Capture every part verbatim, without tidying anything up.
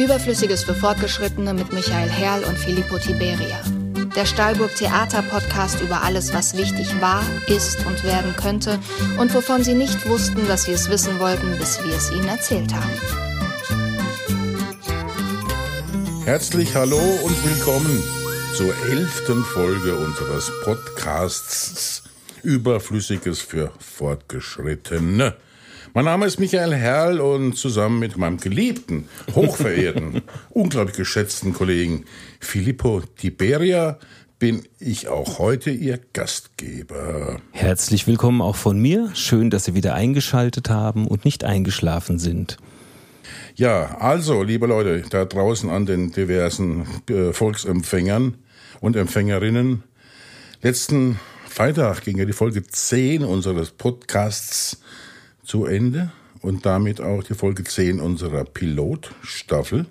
Überflüssiges für Fortgeschrittene mit Michael Herrl und Filippo Tiberia. Der Stahlburg Theater Podcast über alles, was wichtig war, ist und werden könnte und wovon Sie nicht wussten, dass Sie es wissen wollten, bis wir es Ihnen erzählt haben. Herzlich hallo und willkommen zur elften Folge unseres Podcasts Überflüssiges für Fortgeschrittene. Mein Name ist Michael Herrl und zusammen mit meinem geliebten, hochverehrten, unglaublich geschätzten Kollegen Filippo Tiberia bin ich auch heute Ihr Gastgeber. Herzlich willkommen auch von mir. Schön, dass Sie wieder eingeschaltet haben und nicht eingeschlafen sind. Ja, also, liebe Leute, da draußen an den diversen äh, Volksempfängern und Empfängerinnen. Letzten Freitag ging ja die Folge zehn unseres Podcasts zu Ende und damit auch die Folge zehn unserer Pilotstaffel.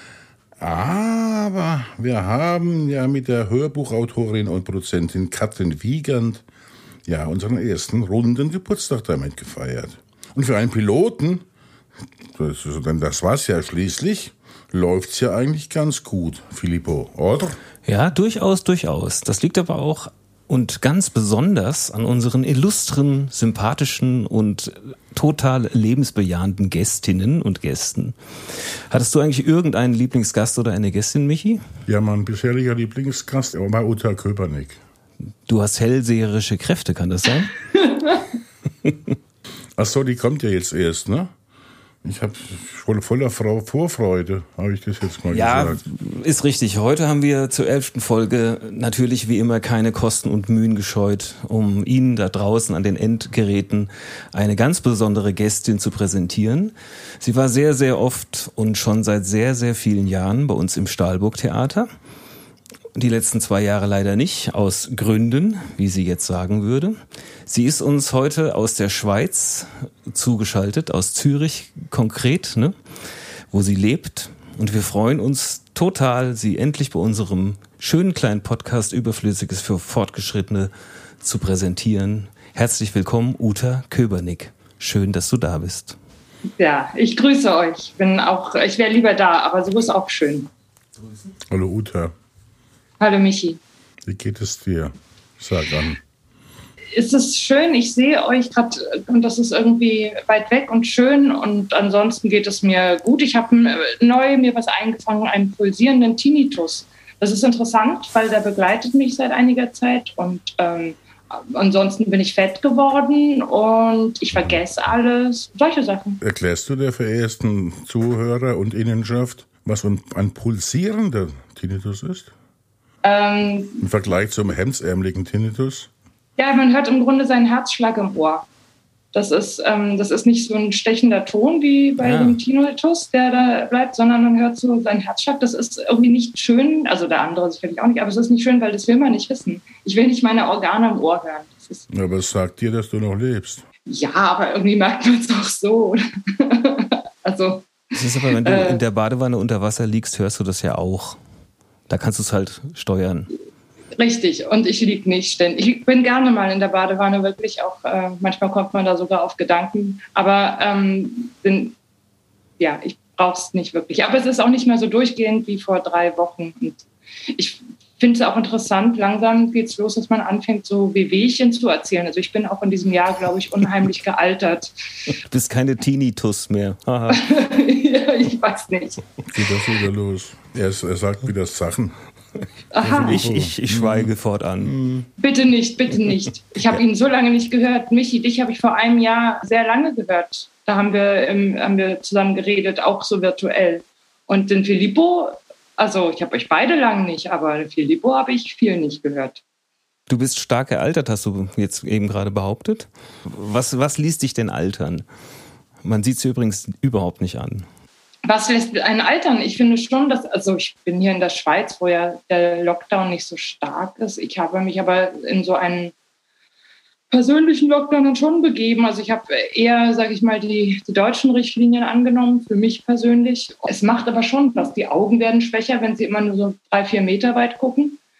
Aber wir haben ja mit der Hörbuchautorin und Produzentin Katrin Wiegand ja unseren ersten runden Geburtstag damit gefeiert. Und für einen Piloten, das, das war's ja schließlich, läuft's ja eigentlich ganz gut, Filippo, oder? Ja, durchaus, durchaus. Das liegt aber auch und ganz besonders an unseren illustren, sympathischen und total lebensbejahenden Gästinnen und Gästen. Hattest du eigentlich irgendeinen Lieblingsgast oder eine Gästin, Michi? Ja, mein bisheriger Lieblingsgast war Uta Köbernick. Du hast hellseherische Kräfte, kann das sein? Ach so, die kommt ja jetzt erst, ne? Ich habe voll, voller Frau Vorfreude, habe ich das jetzt mal ja, gesagt. Ja, ist richtig. Heute haben wir zur elften Folge natürlich wie immer keine Kosten und Mühen gescheut, um Ihnen da draußen an den Endgeräten eine ganz besondere Gästin zu präsentieren. Sie war sehr, sehr oft und schon seit sehr, sehr vielen Jahren bei uns im Stahlburg Theater. Die letzten zwei Jahre leider nicht, aus Gründen, wie sie jetzt sagen würde. Sie ist uns heute aus der Schweiz zugeschaltet, aus Zürich konkret, ne, wo sie lebt. Und wir freuen uns total, sie endlich bei unserem schönen kleinen Podcast Überflüssiges für Fortgeschrittene zu präsentieren. Herzlich willkommen, Uta Köbernick. Schön, dass du da bist. Ja, ich grüße euch. Bin auch, ich wäre lieber da, aber so ist auch schön. Hallo Uta. Hallo Michi. Wie geht es dir? Sag an. Es ist schön, ich sehe euch gerade und das ist irgendwie weit weg und schön und ansonsten geht es mir gut. Ich habe neu mir was eingefangen, einen pulsierenden Tinnitus. Das ist interessant, weil der begleitet mich seit einiger Zeit und ähm, ansonsten bin ich fett geworden und ich vergesse alles, solche Sachen. Erklärst du der verehrten Zuhörer und Innenschaft, was ein, ein pulsierender Tinnitus ist? Ähm, Im Vergleich zum hemdsärmeligen Tinnitus? Ja, man hört im Grunde seinen Herzschlag im Ohr. Das ist, ähm, das ist nicht so ein stechender Ton wie bei ja. dem Tinnitus, der da bleibt, sondern man hört so seinen Herzschlag. Das ist irgendwie nicht schön, also der andere sicherlich auch nicht, aber es ist nicht schön, weil das will man nicht wissen. Ich will nicht meine Organe im Ohr hören. Das ist ja, aber es sagt dir, dass du noch lebst. Ja, aber irgendwie merkt man es auch so. also, das ist aber, wenn du äh, in der Badewanne unter Wasser liegst, hörst du das ja auch. Da kannst du es halt steuern. Richtig, und ich liege nicht ständig. Ich bin gerne mal in der Badewanne, wirklich auch. Äh, manchmal kommt man da sogar auf Gedanken. Aber ähm, bin, ja, ich brauche es nicht wirklich. Aber es ist auch nicht mehr so durchgehend wie vor drei Wochen. Und ich finde es auch interessant, langsam geht es los, dass man anfängt, so Wehwehchen zu erzählen. Also ich bin auch in diesem Jahr, glaube ich, unheimlich gealtert. Du bist keine Tinnitus mehr. ja, ich weiß nicht. Geht das wieder los? Er, er sagt wieder Sachen. Aha. Ich, ich, ich schweige mhm. fortan. Bitte nicht, bitte nicht. Ich habe ihn so lange nicht gehört. Michi, dich habe ich vor einem Jahr sehr lange gehört. Da haben wir, ähm, haben wir zusammen geredet, auch so virtuell. Und den Filippo, also ich habe euch beide lang nicht, aber den Filippo habe ich viel nicht gehört. Du bist stark gealtert, hast du jetzt eben gerade behauptet. Was, was ließ dich denn altern? Man sieht es übrigens überhaupt nicht an. Was lässt einen altern? Ich finde schon, dass, also ich bin hier in der Schweiz, wo ja der Lockdown nicht so stark ist. Ich habe mich aber in so einen persönlichen Lockdown dann schon begeben. Also ich habe eher, sage ich mal, die, die deutschen Richtlinien angenommen, für mich persönlich. Es macht aber schon was. Die Augen werden schwächer, wenn sie immer nur so drei, vier Meter weit gucken.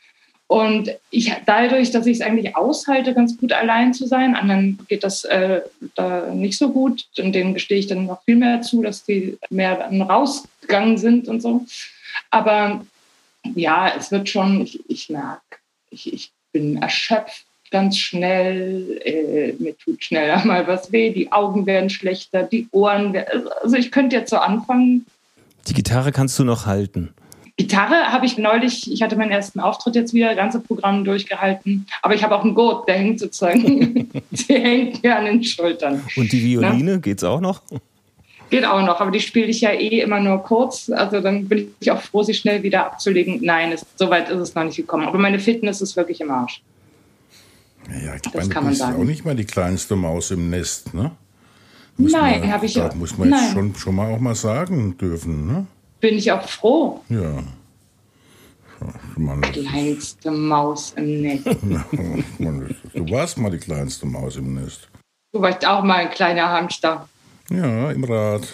Und ich dadurch, dass ich es eigentlich aushalte, ganz gut allein zu sein, anderen geht das äh, da nicht so gut. Und denen gestehe ich dann noch viel mehr zu, dass die mehr dann rausgegangen sind und so. Aber ja, es wird schon, ich, ich merke, ich, ich bin erschöpft ganz schnell, äh, mir tut schneller mal was weh, die Augen werden schlechter, die Ohren werden, also ich könnte jetzt so anfangen. Die Gitarre kannst du noch halten? Gitarre habe ich neulich, ich hatte meinen ersten Auftritt jetzt wieder, das ganze Programm durchgehalten, aber ich habe auch einen Gurt, der hängt sozusagen, der hängt mir an den Schultern. Und die Violine, ja? Geht's auch noch? Geht auch noch, aber die spiele ich ja eh immer nur kurz, also dann bin ich auch froh, sie schnell wieder abzulegen. Nein, es, so weit ist es noch nicht gekommen, aber meine Fitness ist wirklich im Arsch. Ja, ich das meine, kann du man bist sagen. auch nicht mal die kleinste Maus im Nest, ne? Muss Nein, habe ich ja. Da muss man jetzt Nein. schon, schon mal auch mal sagen dürfen, ne? Bin ich auch froh. Ja. Man, kleinste Maus im Nest. man, du warst mal die kleinste Maus im Nest. Du warst auch mal ein kleiner Hamster. Ja, im Rad.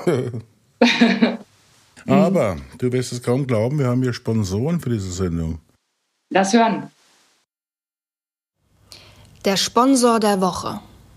Aber du wirst es kaum glauben, wir haben hier Sponsoren für diese Sendung. Lass hören. Der Sponsor der Woche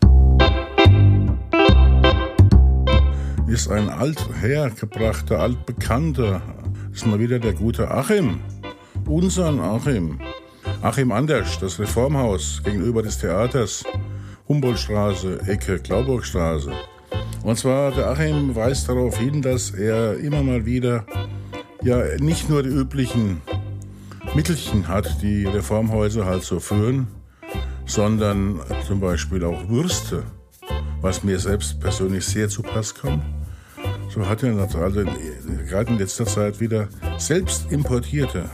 ist ein althergebrachter, altbekannter. Das ist mal wieder der gute Achim. Unseren Achim. Achim Andersch, das Reformhaus gegenüber des Theaters. Humboldtstraße, Ecke Glauburgstraße. Und zwar, der Achim weist darauf hin, dass er immer mal wieder ja nicht nur die üblichen Mittelchen hat, die Reformhäuser halt so führen, sondern zum Beispiel auch Würste, was mir selbst persönlich sehr zu Pass kommt. So hat er also gerade in letzter Zeit wieder selbst importierte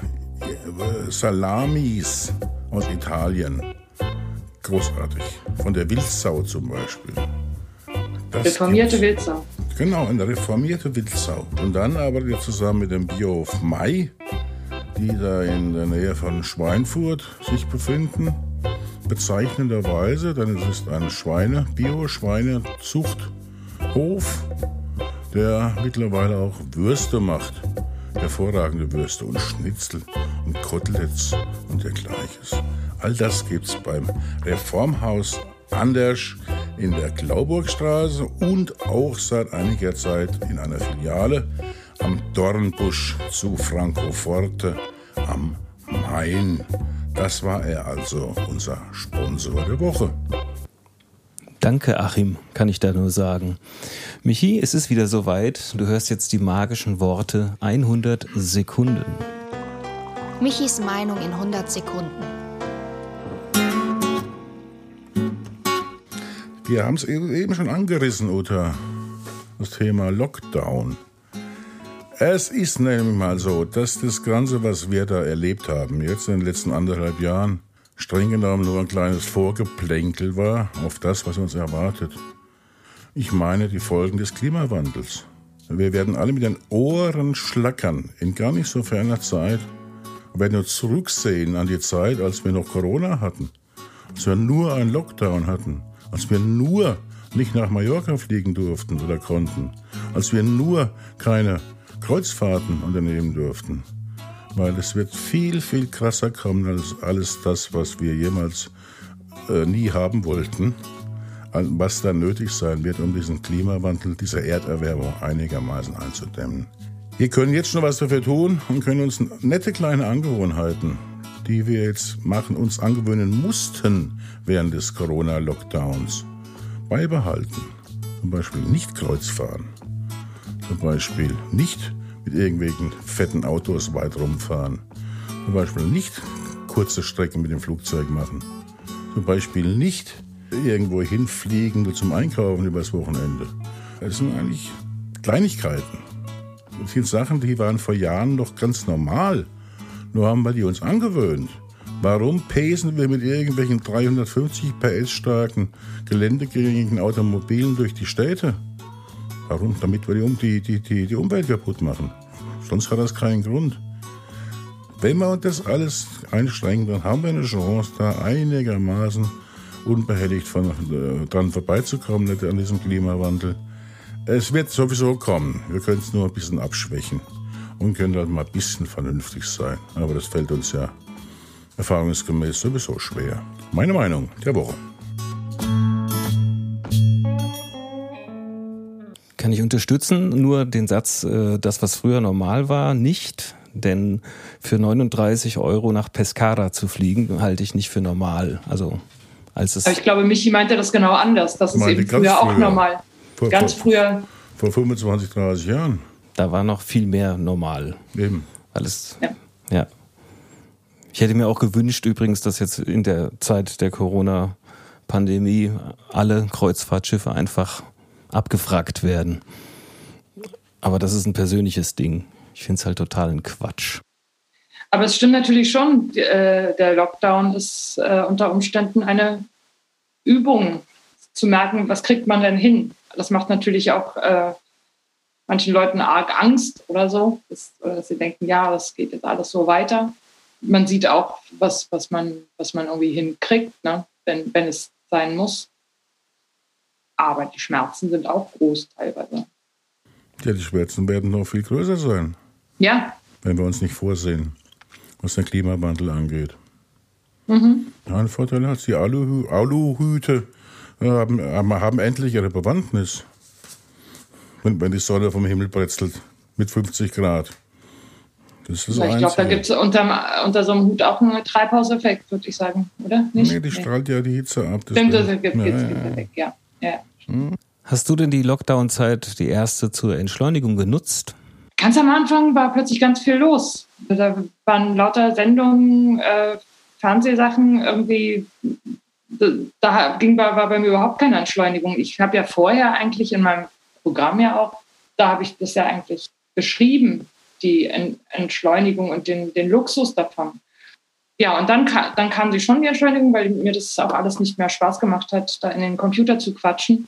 Salamis aus Italien. Großartig. Von der Wildsau zum Beispiel. Das reformierte gibt's. Wildsau. Genau, eine reformierte Wildsau. Und dann arbeitet er zusammen mit dem Biohof Mai, die da in der Nähe von Schweinfurt sich befinden. Bezeichnenderweise, denn es ist ein Schweine, Bio-Schweinezuchthof, der mittlerweile auch Würste macht. Hervorragende Würste und Schnitzel und Koteletts und dergleiches. All das gibt's beim Reformhaus Andersch in der Glauburgstraße und auch seit einiger Zeit in einer Filiale am Dornbusch zu Francoforte am Main. Das war er also, unser Sponsor der Woche. Danke, Achim, kann ich da nur sagen. Michi, es ist wieder soweit. Du hörst jetzt die magischen Worte hundert Sekunden. Michis Meinung in hundert Sekunden. Wir haben es eben schon angerissen, Uta, das Thema Lockdown. Es ist nämlich mal so, dass das Ganze, was wir da erlebt haben, jetzt in den letzten anderthalb Jahren, streng genommen nur ein kleines Vorgeplänkel war auf das, was uns erwartet. Ich meine die Folgen des Klimawandels. Wir werden alle mit den Ohren schlackern in gar nicht so ferner Zeit und werden nur zurücksehen an die Zeit, als wir noch Corona hatten, als wir nur einen Lockdown hatten, als wir nur nicht nach Mallorca fliegen durften oder konnten, als wir nur keine Kreuzfahrten unternehmen durften. Weil es wird viel, viel krasser kommen als alles das, was wir jemals äh, nie haben wollten, was da nötig sein wird, um diesen Klimawandel, diese Erderwärmung einigermaßen einzudämmen. Wir können jetzt schon was dafür tun und können uns nette kleine Angewohnheiten, die wir jetzt machen, uns angewöhnen mussten während des Corona-Lockdowns, beibehalten. Zum Beispiel nicht Kreuzfahren. Zum Beispiel nicht mit irgendwelchen fetten Autos weit rumfahren. Zum Beispiel nicht kurze Strecken mit dem Flugzeug machen. Zum Beispiel nicht irgendwo hinfliegen nur zum Einkaufen übers Wochenende. Das sind eigentlich Kleinigkeiten. Das sind Sachen, die waren vor Jahren noch ganz normal. Nur haben wir die uns angewöhnt. Warum pesen wir mit irgendwelchen dreihundertfünfzig P S starken, geländegängigen Automobilen durch die Städte? Warum? Damit wir die, die, die, die Umwelt kaputt machen. Sonst hat das keinen Grund. Wenn wir uns das alles einschränken, dann haben wir eine Chance, da einigermaßen unbehelligt von, äh, dran vorbeizukommen, nicht an diesem Klimawandel. Es wird sowieso kommen. Wir können es nur ein bisschen abschwächen und können halt mal ein bisschen vernünftig sein. Aber das fällt uns ja erfahrungsgemäß sowieso schwer. Meine Meinung der Woche. Kann ich unterstützen, nur den Satz, das, was früher normal war, nicht. Denn für neununddreißig Euro nach Pescara zu fliegen, halte ich nicht für normal. Also, als es Aber ich glaube, Michi meinte das genau anders. Das ist eben früher auch normal. Vor, ganz vor, früher. Vor fünfundzwanzig, dreißig Jahren. Da war noch viel mehr normal. Eben. Alles, ja. ja. Ich hätte mir auch gewünscht, übrigens, dass jetzt in der Zeit der Corona-Pandemie alle Kreuzfahrtschiffe einfach abgefragt werden. Aber das ist ein persönliches Ding. Ich finde es halt total ein Quatsch. Aber es stimmt natürlich schon, äh, der Lockdown ist äh, unter Umständen eine Übung, zu merken, was kriegt man denn hin. Das macht natürlich auch äh, manchen Leuten arg Angst oder so, dass, oder dass sie denken, ja, das geht jetzt alles so weiter. Man sieht auch, was, was, man, was man irgendwie hinkriegt, ne? wenn, wenn es sein muss. Aber die Schmerzen sind auch groß teilweise. Ja, die Schmerzen werden noch viel größer sein. Ja. Wenn wir uns nicht vorsehen, was den Klimawandel angeht. Mhm. Ja, ein Vorteil hat die Aluhü- Aluhüte äh, haben, haben endlich ihre Bewandtnis. Wenn, wenn die Sonne vom Himmel bretzelt mit fünfzig Grad. Das ist ja, ich glaube, da gibt es unter, unter so einem Hut auch einen Treibhauseffekt, würde ich sagen, oder? Nicht? Nee, die strahlt nee. ja die Hitze ab. Das Stimmt, das gibt es ja, ja. weg, ja. ja. Hm. Hast du denn die Lockdown-Zeit, die erste, zur Entschleunigung genutzt? Ganz am Anfang war plötzlich ganz viel los. Da waren lauter Sendungen, äh, Fernsehsachen, irgendwie, da ging, war, war bei mir überhaupt keine Entschleunigung. Ich habe ja vorher eigentlich in meinem Programm ja auch, da habe ich das ja eigentlich beschrieben, die Entschleunigung und den, den Luxus davon. Ja, und dann, dann kam sie schon, die Entschleunigung, weil mir das auch alles nicht mehr Spaß gemacht hat, da in den Computer zu quatschen.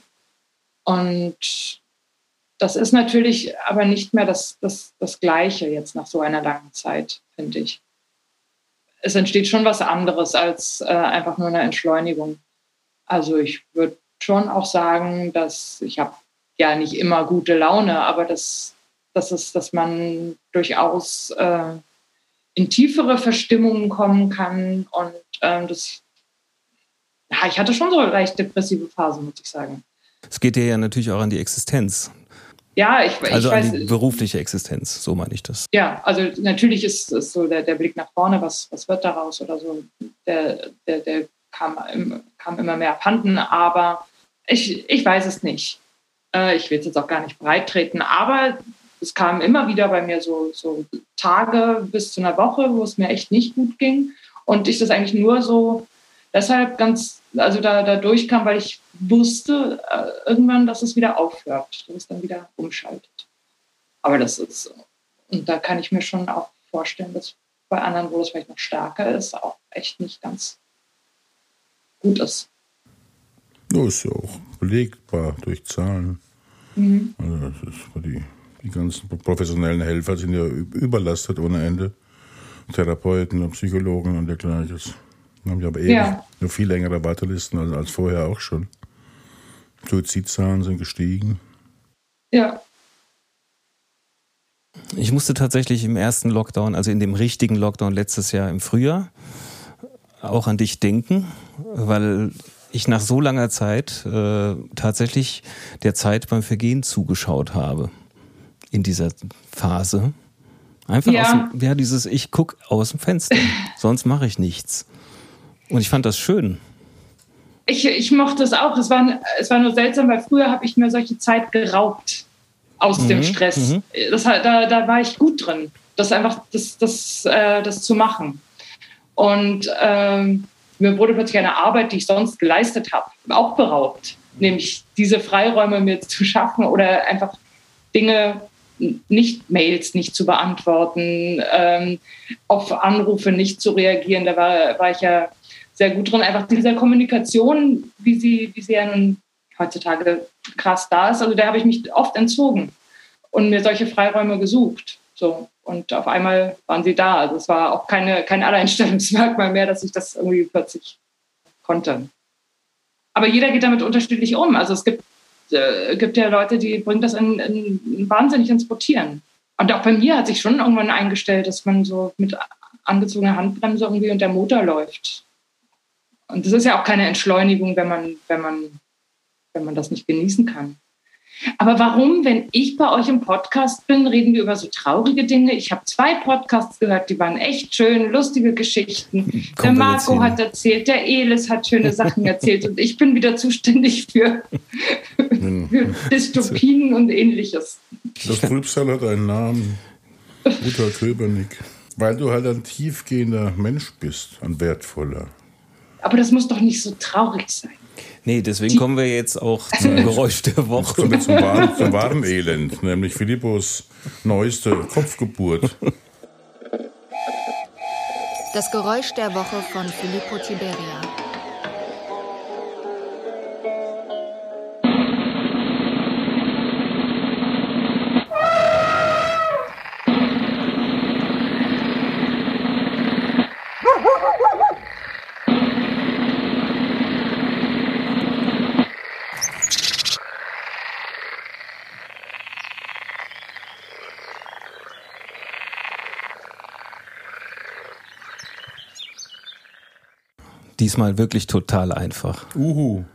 Und das ist natürlich aber nicht mehr das, das, das Gleiche jetzt nach so einer langen Zeit, finde ich. Es entsteht schon was anderes als äh, einfach nur eine Entschleunigung. Also ich würde schon auch sagen, dass ich habe ja nicht immer gute Laune, aber das, das ist, dass man durchaus äh, in tiefere Verstimmungen kommen kann. Und ähm, das, ja, ich hatte schon so leicht depressive Phasen, muss ich sagen. Es geht dir ja natürlich auch an die Existenz. Ja, ich, also ich an weiß. die berufliche Existenz, so meine ich das. Ja, also natürlich ist es so der, der Blick nach vorne, was, was wird daraus oder so, der, der, der kam, kam immer mehr abhanden, aber ich, ich weiß es nicht. Äh, ich will es jetzt auch gar nicht breit treten, aber es kamen immer wieder bei mir so, so Tage bis zu einer Woche, wo es mir echt nicht gut ging und ich das eigentlich nur so deshalb ganz, also da, da durchkam, weil ich wusste äh, irgendwann, dass es wieder aufhört, dass es dann wieder umschaltet. Aber das ist, und da kann ich mir schon auch vorstellen, dass bei anderen, wo das vielleicht noch stärker ist, auch echt nicht ganz gut ist. Ja, ist ja auch belegbar durch Zahlen. Mhm. Also das ist, die, die ganzen professionellen Helfer sind ja überlastet ohne Ende. Therapeuten und Psychologen und dergleichen. Haben ja aber eben ja. noch viel längere Wartelisten als, als vorher auch schon. Suizidzahlen sind gestiegen. Ja. Ich musste tatsächlich im ersten Lockdown, also in dem richtigen Lockdown letztes Jahr im Frühjahr, auch an dich denken, weil ich nach so langer Zeit äh, tatsächlich der Zeit beim Vergehen zugeschaut habe. In dieser Phase. Einfach ja. aus dem, ja, dieses, ich gucke aus dem Fenster, sonst mache ich nichts. Und ich fand das schön. Ich, ich mochte es auch. Es war, es war nur seltsam, weil früher habe ich mir solche Zeit geraubt aus mhm, dem Stress. Mhm. Das, da, da war ich gut drin, das einfach das, das, äh, das zu machen. Und ähm, mir wurde plötzlich eine Arbeit, die ich sonst geleistet habe, auch beraubt. Nämlich diese Freiräume mir zu schaffen oder einfach Dinge, nicht Mails nicht zu beantworten, ähm, auf Anrufe nicht zu reagieren. Da war, war ich ja sehr gut drin. Einfach dieser Kommunikation, wie sie, wie sie ja nun heutzutage krass da ist, also da habe ich mich oft entzogen und mir solche Freiräume gesucht. So. Und auf einmal waren sie da. Also es war auch keine, kein Alleinstellungsmerkmal mehr, dass ich das irgendwie plötzlich konnte. Aber jeder geht damit unterschiedlich um. Also es gibt, äh, gibt ja Leute, die bringen das in, in, wahnsinnig ins Rotieren. Und auch bei mir hat sich schon irgendwann eingestellt, dass man so mit angezogene Handbremse irgendwie und der Motor läuft. Und das ist ja auch keine Entschleunigung, wenn man, wenn man, wenn man das nicht genießen kann. Aber warum, wenn ich bei euch im Podcast bin, reden wir über so traurige Dinge? Ich habe zwei Podcasts gehört, die waren echt schön, lustige Geschichten. Der Marco hat erzählt, der Elis hat schöne Sachen erzählt und ich bin wieder zuständig für, für Dystopien und Ähnliches. Das Trübsal hat einen Namen, Uta Köbernick, weil du halt ein tiefgehender Mensch bist, ein wertvoller. Aber das muss doch nicht so traurig sein. Nee, deswegen kommen wir jetzt auch zum Geräusch der Woche. Kommen wir zum wahren, zum wahren Elend, nämlich Philippos neueste Kopfgeburt. Das Geräusch der Woche von Filippo Tiberia. Diesmal wirklich total einfach. Uhu.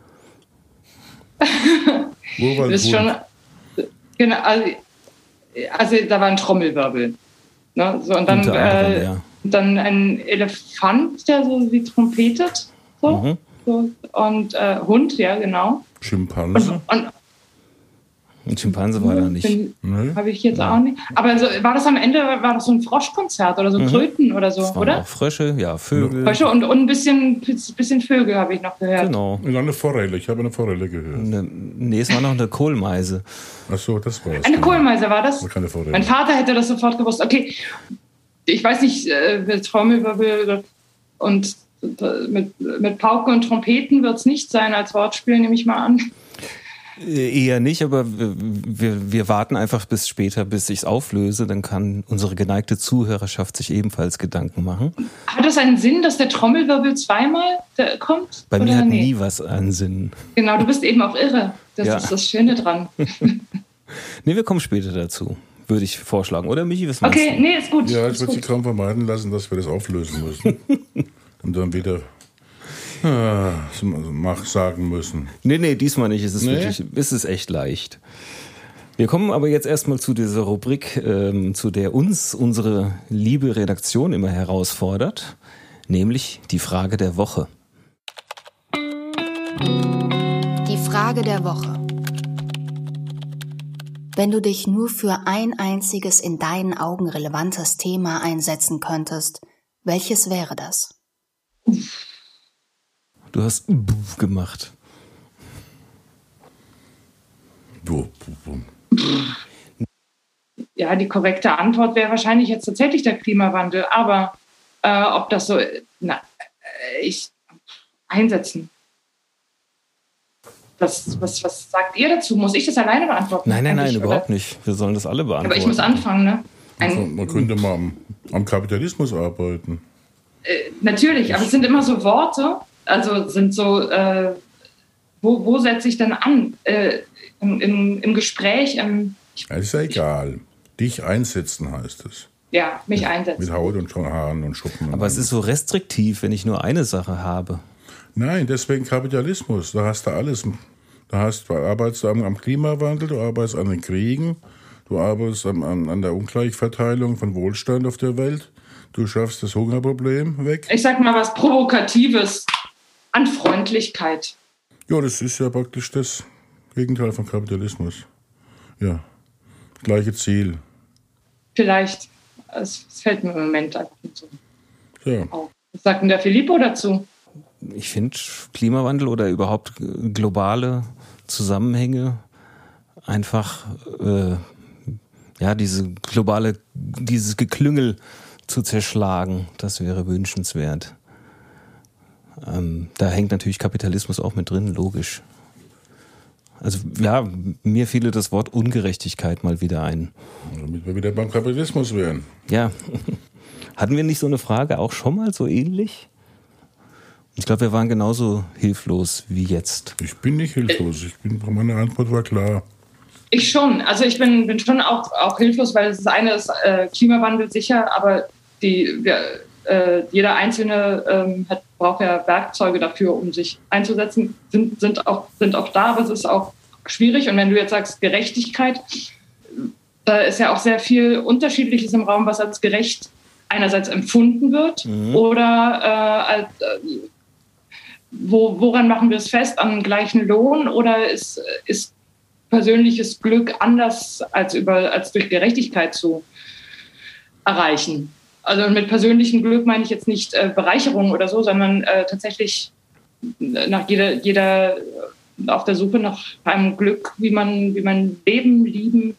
Das ist schon, genau, also, also da war ein Trommelwirbel. Ne? So, und dann, Unter anderem, äh, ja. dann ein Elefant, der so wie trompetet. So, Mhm. so, und äh, Hund, ja, genau. Schimpanse? Und, und Ein Schimpanse war da nicht. Nee. Habe ich jetzt auch nicht. Aber so, war das am Ende, war das so ein Froschkonzert oder so Kröten oder so, Es waren oder? auch Frösche, ja, Vögel. Frösche und, und ein bisschen, bisschen Vögel habe ich noch gehört. Genau. Und eine Forelle, ich habe eine Forelle gehört. Ne, nee, es war noch eine Kohlmeise. Ach so, das war es. Eine Kohlmeise war das? Aber keine Forelle. Mein Vater hätte das sofort gewusst. Okay, ich weiß nicht, äh, Trommelwirbel und mit, mit Pauken und Trompeten wird es nicht sein als Wortspiel, nehme ich mal an. Eher nicht, aber wir, wir, wir warten einfach bis später, bis ich es auflöse. Dann kann unsere geneigte Zuhörerschaft sich ebenfalls Gedanken machen. Hat das einen Sinn, dass der Trommelwirbel zweimal da kommt? Bei oder mir hat nee? nie was einen Sinn. Genau, du bist eben auch irre. Das Ja. ist das Schöne dran. Nee, wir kommen später dazu, würde ich vorschlagen. Oder Michi, was meinst Okay, du? nee, ist gut. Ja, ich ist würde sie gut. kaum vermeiden lassen, dass wir das auflösen müssen. Und dann wieder ah, mach sagen müssen. Nee, nee, diesmal nicht. Es ist, Nee? wirklich, es ist echt leicht. Wir kommen aber jetzt erstmal zu dieser Rubrik, ähm, zu der uns unsere liebe Redaktion immer herausfordert, nämlich die Frage der Woche. Die Frage der Woche. Wenn du dich nur für ein einziges in deinen Augen relevantes Thema einsetzen könntest, welches wäre das? Du hast Buff gemacht. Du, du, du. Ja, die korrekte Antwort wäre wahrscheinlich jetzt tatsächlich der Klimawandel. Aber äh, ob das so, na, äh, ich einsetzen. Was, was, was sagt ihr dazu? Muss ich das alleine beantworten? Nein, nein, nein, Eigentlich, überhaupt oder? nicht. Wir sollen das alle beantworten. Aber ich muss anfangen, ne? Also, Ein, man könnte mal am, am Kapitalismus arbeiten. äh, natürlich, aber es sind immer so Worte, also sind so, äh, wo, wo setze ich denn an? Äh, im, im, Im Gespräch, im, Das ist ja egal. Dich einsetzen heißt es. ja, mich einsetzen. Mit Haut und Haaren und Schuppen. Und Aber es ist so restriktiv, wenn ich nur eine Sache habe. Nein, deswegen Kapitalismus. Da hast du alles. Da hast, du arbeitest am, am Klimawandel, du arbeitest an den Kriegen, du arbeitest an, an, an der Ungleichverteilung von Wohlstand auf der Welt, du schaffst das Hungerproblem weg. Ich sag mal was Provokatives. An Freundlichkeit. Ja, das ist ja praktisch das Gegenteil von Kapitalismus. Ja, gleiche Ziel. Vielleicht. Es, es fällt mir im Moment einfach nicht so Ja. auf. Was sagt denn der Filippo dazu? Ich finde Klimawandel oder überhaupt globale Zusammenhänge einfach, äh, ja, diese globale, dieses Geklüngel zu zerschlagen, das wäre wünschenswert. Ähm, da hängt natürlich Kapitalismus auch mit drin, logisch. Also ja, mir fiele das Wort Ungerechtigkeit mal wieder ein. Damit wir wieder beim Kapitalismus wären. Ja, hatten wir nicht so eine Frage auch schon mal so ähnlich? Ich glaube, wir waren genauso hilflos wie jetzt. Ich bin nicht hilflos. Ich bin, meine Antwort war klar. Ich schon. Also ich bin, bin schon auch, auch hilflos, weil das eine ist äh, Klimawandel sicher, aber die, wir, äh, jeder Einzelne ähm, hat, braucht ja Werkzeuge dafür, um sich einzusetzen, sind, sind, auch, sind auch da, aber es ist auch schwierig. Und wenn du jetzt sagst Gerechtigkeit, da ist ja auch sehr viel Unterschiedliches im Raum, was als gerecht einerseits empfunden wird mhm. oder äh, als, äh, wo, woran machen wir es fest? An gleichen Lohn oder ist, ist persönliches Glück anders als, über, als durch Gerechtigkeit zu erreichen? Also mit persönlichem Glück meine ich jetzt nicht äh, Bereicherung oder so, sondern äh, tatsächlich nach jeder, jeder auf der Suche nach einem Glück, wie man, wie man leben, lieben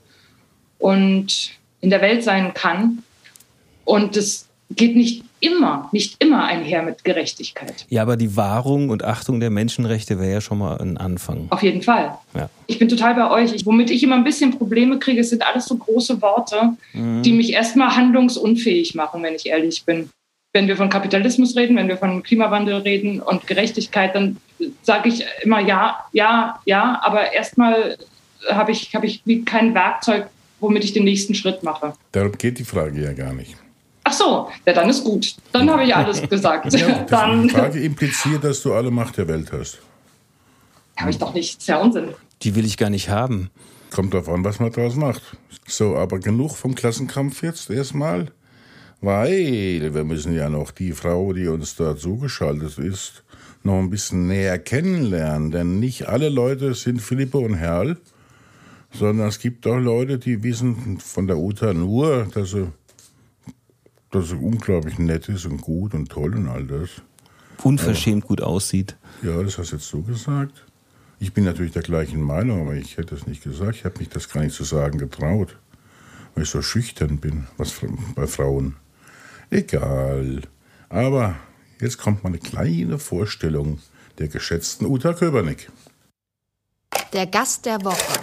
und in der Welt sein kann. Und das geht nicht immer, nicht immer einher mit Gerechtigkeit. Ja, aber die Wahrung und Achtung der Menschenrechte wäre ja schon mal ein Anfang. Auf jeden Fall. Ja. Ich bin total bei euch. Ich, womit ich immer ein bisschen Probleme kriege, sind alles so große Worte, mhm. die mich erstmal handlungsunfähig machen, wenn ich ehrlich bin. Wenn wir von Kapitalismus reden, wenn wir von Klimawandel reden und Gerechtigkeit, dann sage ich immer ja, ja, ja, aber erstmal habe ich, hab ich wie kein Werkzeug, womit ich den nächsten Schritt mache. Darum geht die Frage ja gar nicht. Ach so, ja, dann ist gut. Dann habe ich alles gesagt. Ja, dann die Frage impliziert, dass du alle Macht der Welt hast. Habe ich doch nicht. Das ist ja Unsinn. Die will ich gar nicht haben. Kommt drauf an, was man daraus macht. So, aber genug vom Klassenkampf jetzt erstmal. Weil wir müssen ja noch die Frau, die uns da zugeschaltet ist, noch ein bisschen näher kennenlernen. Denn nicht alle Leute sind Philippe und Herrl, sondern es gibt auch Leute, die wissen von der Uta nur, dass sie, dass sie unglaublich nett ist und gut und toll und all das. Unverschämt aber gut aussieht. Ja, das hast jetzt du gesagt. Ich bin natürlich der gleichen Meinung, aber ich hätte es nicht gesagt. Ich habe mich das gar nicht zu sagen getraut, weil ich so schüchtern bin, was bei Frauen. Egal. Aber jetzt kommt mal eine kleine Vorstellung der geschätzten Uta Köbernick. Der Gast der Woche.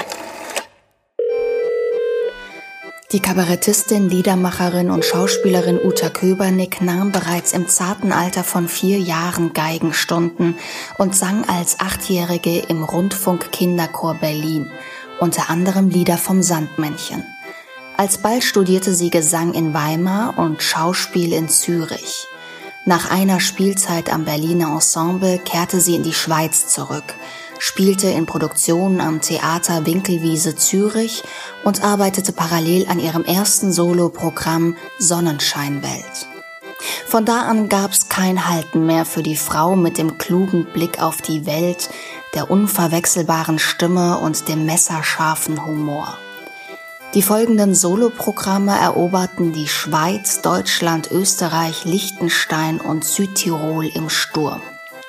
Die Kabarettistin, Liedermacherin und Schauspielerin Uta Köbernick nahm bereits im zarten Alter von vier Jahren Geigenstunden und sang als Achtjährige im Rundfunk-Kinderchor Berlin, unter anderem Lieder vom Sandmännchen. Alsbald studierte sie Gesang in Weimar und Schauspiel in Zürich. Nach einer Spielzeit am Berliner Ensemble kehrte sie in die Schweiz zurück, spielte in Produktionen am Theater Winkelwiese Zürich und arbeitete parallel an ihrem ersten Soloprogramm Sonnenscheinwelt. Von da an gab's kein Halten mehr für die Frau mit dem klugen Blick auf die Welt, der unverwechselbaren Stimme und dem messerscharfen Humor. Die folgenden Soloprogramme eroberten die Schweiz, Deutschland, Österreich, Liechtenstein und Südtirol im Sturm.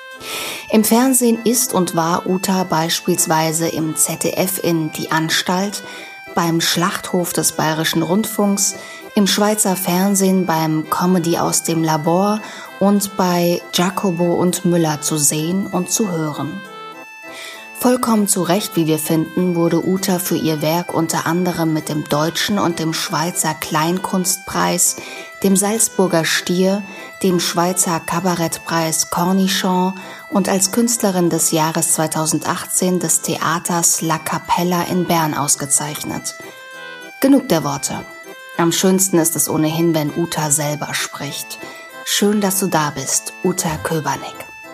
Im Fernsehen ist und war Uta beispielsweise im Z D F in Die Anstalt, beim Schlachthof des Bayerischen Rundfunks, im Schweizer Fernsehen beim Comedy aus dem Labor und bei Jacobo und Müller zu sehen und zu hören. Vollkommen zu Recht, wie wir finden, wurde Uta für ihr Werk unter anderem mit dem Deutschen und dem Schweizer Kleinkunstpreis, dem Salzburger Stier, dem Schweizer Kabarettpreis Cornichon und als Künstlerin des Jahres zweitausendachtzehn des Theaters La Capella in Bern ausgezeichnet. Genug der Worte. Am schönsten ist es ohnehin, wenn Uta selber spricht. Schön, dass du da bist, Uta Köbernick.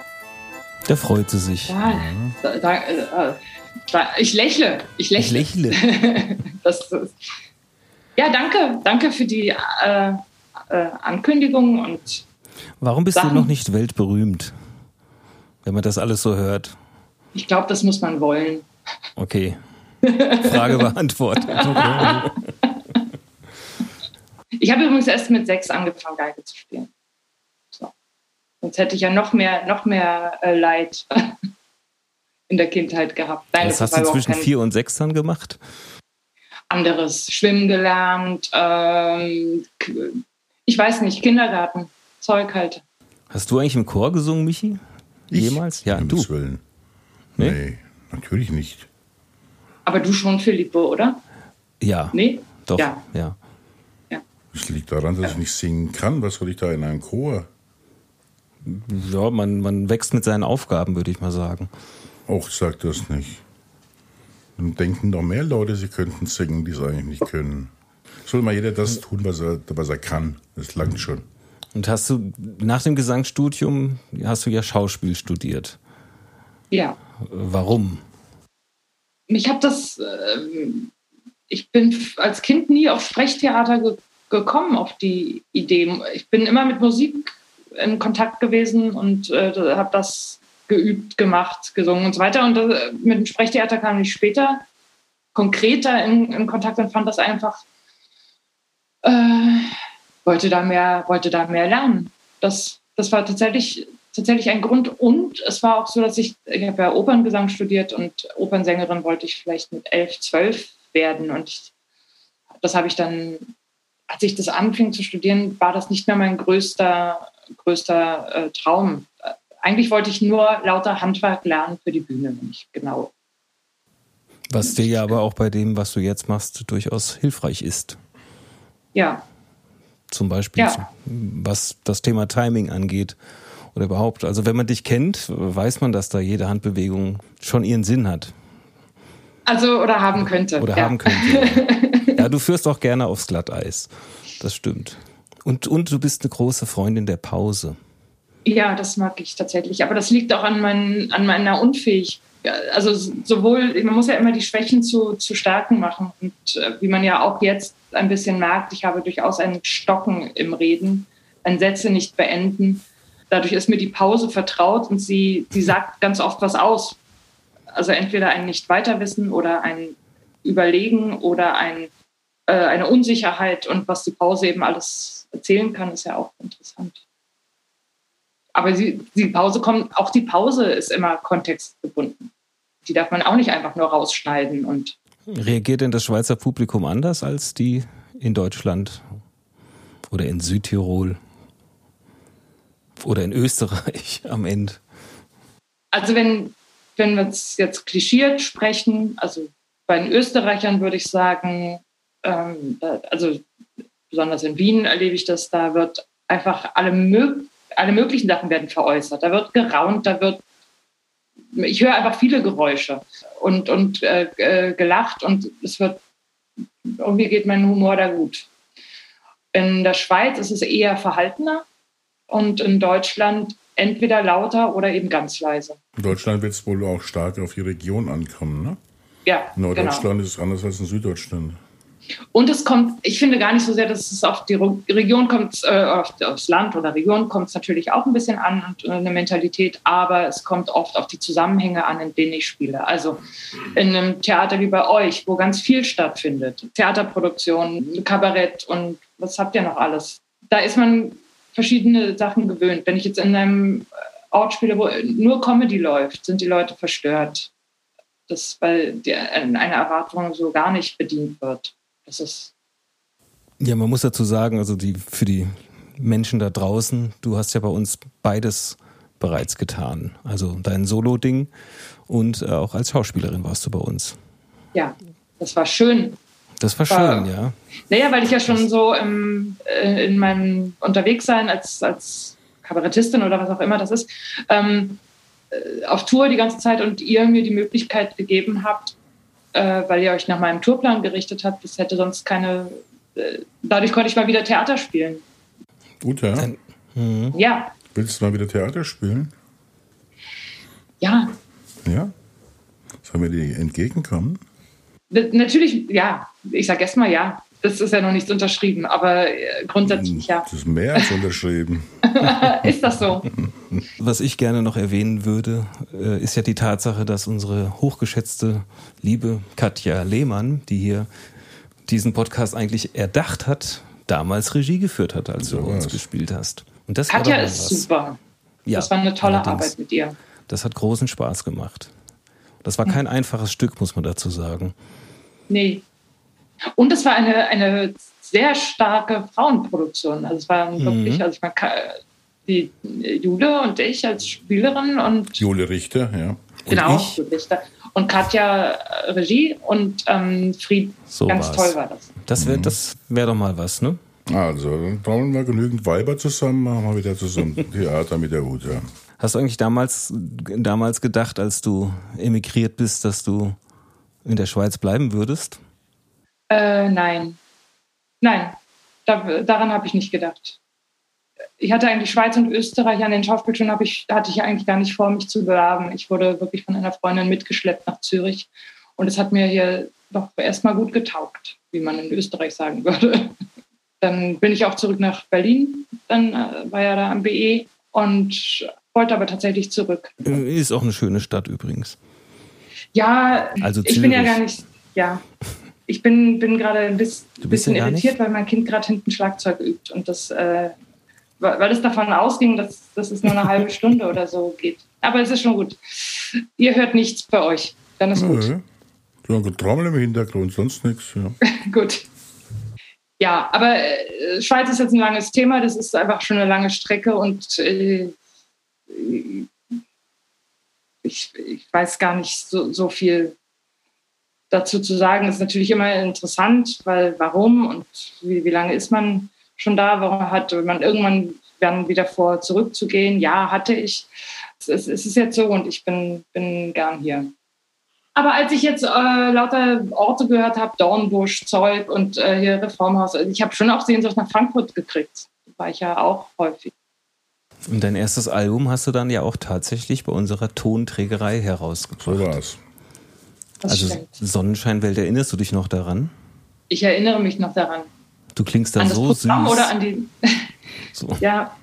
Da freut sie sich. Ja, da, da, äh, da, ich lächle. Ich lächle. Ich lächle. das, das, ja, danke. Danke für die äh, äh, Ankündigung. Und warum bist Sachen. du noch nicht weltberühmt, wenn man das alles so hört? Ich glaube, das muss man wollen. Okay. Frage beantwortet. Okay. Ich habe übrigens erst mit sechs angefangen, Geige zu spielen. So. Sonst hätte ich ja noch mehr, noch mehr äh, Leid in der Kindheit gehabt. Nein, Was hast du zwischen vier und sechs dann gemacht? Anderes. Schwimmen gelernt, ähm, ich weiß nicht, Kindergarten, Zeug halt. Hast du eigentlich im Chor gesungen, Michi? Ich? Jemals? Ja, um du. Willen. Nee? Nee, natürlich nicht. Aber du schon, Philippe, oder? Ja. Nee? Doch, Ja. ja. Es liegt daran, dass ich nicht singen kann. Was soll ich da in einem Chor? Ja, man, man wächst mit seinen Aufgaben, würde ich mal sagen. Och, sag das nicht. Dann denken noch mehr Leute, sie könnten singen, die es eigentlich nicht können. Soll mal jeder das tun, was er, was er kann. Das langt schon. Und hast du nach dem Gesangsstudium, hast du ja Schauspiel studiert. Ja. Warum? Ich habe das, äh, ich bin als Kind nie auf Sprechtheater ge- gekommen, auf die Idee. Ich bin immer mit Musik in Kontakt gewesen und äh, habe das geübt, gemacht, gesungen und so weiter. Und äh, mit dem Sprechtheater kam ich später konkreter in, in Kontakt und fand das einfach, äh, wollte da mehr, wollte da mehr lernen. Das, das war tatsächlich, tatsächlich ein Grund. Und es war auch so, dass ich, ich habe ja Operngesang studiert und Opernsängerin wollte ich vielleicht mit elf, zwölf werden. Und ich, das habe ich dann, als ich das anfing zu studieren, war das nicht mehr mein größter, größter äh, Traum. Eigentlich wollte ich nur lauter Handwerk lernen für die Bühne, wenn ich genau. Was dir ja aber auch bei dem, was du jetzt machst, durchaus hilfreich ist. Ja. Zum Beispiel, ja. was das Thema Timing angeht oder überhaupt. Also wenn man dich kennt, weiß man, dass da jede Handbewegung schon ihren Sinn hat. Also oder haben könnte. Oder ja. haben könnte. Ja, du führst auch gerne aufs Glatteis. Das stimmt. Und, und du bist eine große Freundin der Pause. Ja, das mag ich tatsächlich. Aber das liegt auch an, mein, an meiner Unfähigkeit. Also sowohl, man muss ja immer die Schwächen zu, zu Stärken machen. Und äh, wie man ja auch jetzt ein bisschen merkt, ich habe durchaus ein Stocken im Reden, ein Sätze nicht beenden. Dadurch ist mir die Pause vertraut und sie, sie sagt ganz oft was aus. Also entweder ein Nicht-Weiterwissen oder ein Überlegen oder ein, äh, eine Unsicherheit. Und was die Pause eben alles erzählen kann, ist ja auch interessant. Aber die, die Pause kommt, auch die Pause ist immer kontextgebunden. Die darf man auch nicht einfach nur rausschneiden. Und reagiert denn das Schweizer Publikum anders als die in Deutschland oder in Südtirol oder in Österreich am Ende? Also wenn, wenn wir es jetzt klischiert sprechen, also bei den Österreichern würde ich sagen, ähm, also besonders in Wien erlebe ich das, da wird einfach alle möglichen Alle möglichen Sachen werden veräußert. Da wird geraunt, da wird, ich höre einfach viele Geräusche und, und äh, äh, gelacht und es wird, irgendwie geht mein Humor da gut. In der Schweiz ist es eher verhaltener und in Deutschland entweder lauter oder eben ganz leise. In Deutschland wird es wohl auch stark auf die Region ankommen, ne? Ja, in Norddeutschland genau. ist es anders als in Süddeutschland. Und es kommt, ich finde gar nicht so sehr, dass es auf die Region kommt, äh, auf, aufs Land oder Region kommt es natürlich auch ein bisschen an und eine Mentalität, aber es kommt oft auf die Zusammenhänge an, in denen ich spiele. Also in einem Theater wie bei euch, wo ganz viel stattfindet, Theaterproduktion, Kabarett und was habt ihr noch alles? Da ist man verschiedene Sachen gewöhnt. Wenn ich jetzt in einem Ort spiele, wo nur Comedy läuft, sind die Leute verstört. Das, weil die, eine Erwartung so gar nicht bedient wird. Das ist ja, man muss dazu sagen, also die, für die Menschen da draußen, du hast ja bei uns beides bereits getan. Also dein Solo-Ding und äh, auch als Schauspielerin warst du bei uns. Ja, das war schön. Das war, war schön, ja. Naja, weil ich ja schon so im, äh, in meinem Unterwegssein als, als Kabarettistin oder was auch immer das ist, ähm, äh, auf Tour die ganze Zeit und ihr mir die Möglichkeit gegeben habt, weil ihr euch nach meinem Tourplan gerichtet habt, das hätte sonst keine, dadurch konnte ich mal wieder Theater spielen. Gut, ja. Dann, mhm. Ja. Willst du mal wieder Theater spielen? Ja. Ja? Sollen wir dir entgegenkommen? Natürlich, ja. Ich sage erst mal ja. Das ist ja noch nichts unterschrieben, aber grundsätzlich ja. Das ist mehr als unterschrieben. Ist das so? Was ich gerne noch erwähnen würde, ist ja die Tatsache, dass unsere hochgeschätzte liebe Katja Lehmann, die hier diesen Podcast eigentlich erdacht hat, damals Regie geführt hat, als so du bei uns was. gespielt hast. Und das Katja war ist was. super. Ja, das war eine tolle allerdings. Arbeit mit ihr. Das hat großen Spaß gemacht. Das war kein einfaches Stück, muss man dazu sagen. Nee. Und es war eine, eine sehr starke Frauenproduktion. Also es war wirklich, mhm. also ich meine, die Jule und ich als Spielerin und Jule Richter, ja. Und genau, ich? Jule Richter. Und Katja Regie und ähm, Fried, so ganz war's. toll war das. Das wäre das wär doch mal was, ne? Also, dann brauchen wir genügend Weiber zusammen, machen wir wieder zusammen Theater mit der Uta. Hast du eigentlich damals, damals gedacht, als du emigriert bist, dass du in der Schweiz bleiben würdest? Äh, nein. Nein, da, daran habe ich nicht gedacht. ich hatte eigentlich Schweiz und Österreich an den Schauspielschulen, habe ich, hatte ich eigentlich gar nicht vor, mich zu bewerben. Ich wurde wirklich von einer Freundin mitgeschleppt nach Zürich. Und es hat mir hier doch erstmal gut getaugt, wie man in Österreich sagen würde. Dann bin ich auch zurück nach Berlin, dann äh, war ja da am B E und wollte aber tatsächlich zurück. Ist auch eine schöne Stadt übrigens. Ja, also ich bin ja gar nicht, ja, ich bin, bin gerade ein bisschen, bisschen ja irritiert, weil mein Kind gerade hinten Schlagzeug übt und das, äh, weil es davon ausging, dass, dass es nur eine halbe Stunde oder so geht. Aber es ist schon gut. Ihr hört nichts bei euch, dann ist gut. Ja, so ein Trommel im Hintergrund, sonst nichts. Ja. Gut. Ja, aber äh, Schweiz ist jetzt ein langes Thema, das ist einfach schon eine lange Strecke und äh, ich, ich weiß gar nicht so, so viel dazu zu sagen. Das ist natürlich immer interessant, weil warum und wie, wie lange ist man schon da? Warum hat man irgendwann dann wieder vor, zurückzugehen? Ja, hatte ich. Es, es, es ist jetzt so und ich bin, bin gern hier. Aber als ich jetzt äh, lauter Orte gehört habe, Dornbusch, Zeug und äh, hier Reformhaus, also ich habe schon auch Sehnsucht nach Frankfurt gekriegt. Da war ich ja auch häufig. Und dein erstes Album hast du dann ja auch tatsächlich bei unserer Tonträgerei herausgebracht. So war's. Das also stimmt. Sonnenscheinwelt, erinnerst du dich noch daran? Ich erinnere mich noch daran. Du klingst da an das so Programm süß. Oder an die... So. Ja,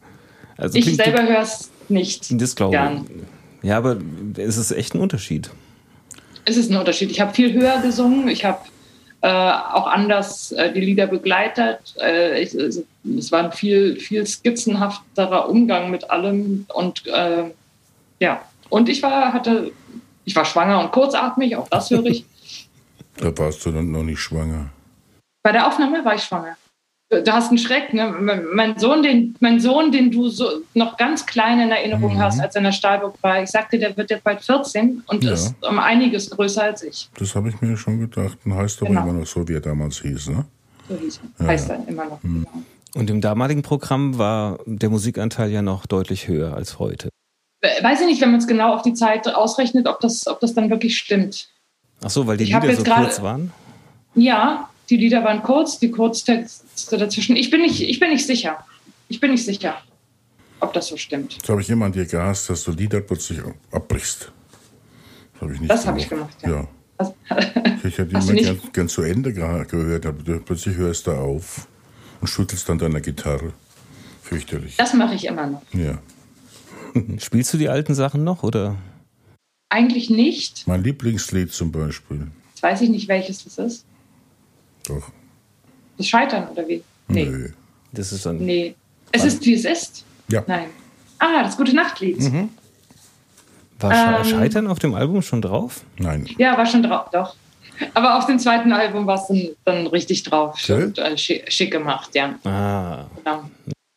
Also ich klingt- selber höre es nicht Das glaube gern. ich. Ja, aber es ist echt ein Unterschied. Es ist ein Unterschied. Ich habe viel höher gesungen. Ich habe äh, auch anders äh, die Lieder begleitet. Äh, ich, es war ein viel, viel skizzenhafterer Umgang mit allem. Und äh, ja, und ich war, hatte, ich war schwanger und kurzatmig, auch das höre ich. Da warst du dann noch nicht schwanger. Bei der Aufnahme war ich schwanger. Du hast einen Schreck, ne? Mein Sohn, den, mein Sohn, den du so noch ganz klein in Erinnerung Mhm. hast, als er in der Stahlburg war, ich sagte, der wird jetzt bald vierzehn und Ja. ist um einiges größer als ich. Das habe ich mir schon gedacht. Und heißt aber Genau. immer noch so, wie er damals hieß, ne? So hieß er. Ja, Heißt ja. er immer noch. Genau. Und im damaligen Programm war der Musikanteil ja noch deutlich höher als heute. Weiß ich nicht, wenn man es genau auf die Zeit ausrechnet, ob das, ob das dann wirklich stimmt. Ach so, weil die Ich hab Lieder jetzt so gerade- kurz waren? Ja, die Lieder waren kurz, die Kurztexte dazwischen. Ich bin nicht, ich bin nicht sicher. Ich bin nicht sicher, ob das so stimmt. Jetzt habe ich immer an dir gehasst, dass du Lieder plötzlich abbrichst. Das habe ich nicht Das habe ich gemacht, ja. ja. Also, Ich hätte Hast immer du gern, nicht- gern zu Ende ge- gehört, aber du, plötzlich hörst du auf und schüttelst dann deine Gitarre. Fürchterlich. das mache ich immer noch. Ja. Spielst du die alten Sachen noch oder? Eigentlich nicht. Mein Lieblingslied zum Beispiel. Jetzt weiß ich nicht, welches das ist. Doch. Das Scheitern oder wie? Nee. Nö. Das ist dann. Nee. Es ist, wie es ist. Ja. Nein. Ah, das gute Nachtlied. War Sche- Ähm. Scheitern auf dem Album schon drauf? Nein. Ja, war schon drauf, doch. Aber auf dem zweiten Album war es dann, dann richtig drauf. Okay. Und, äh, schick, schick gemacht, ja. Ah. Genau.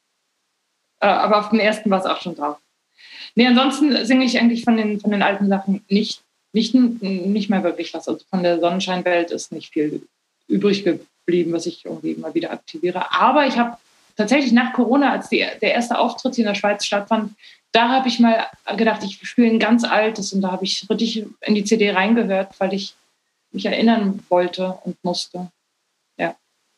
Äh, aber auf dem ersten war es auch schon drauf. Nee, ansonsten singe ich eigentlich von den, von den alten Sachen nicht, nicht, nicht mehr wirklich was. Also von der Sonnenscheinwelt ist nicht viel übrig geblieben, was ich irgendwie mal wieder aktiviere. Aber ich habe tatsächlich nach Corona, als die, der erste Auftritt hier in der Schweiz stattfand, da habe ich mal gedacht, ich spiele ein ganz altes und da habe ich richtig in die C D reingehört, weil ich mich erinnern wollte und musste. Ja.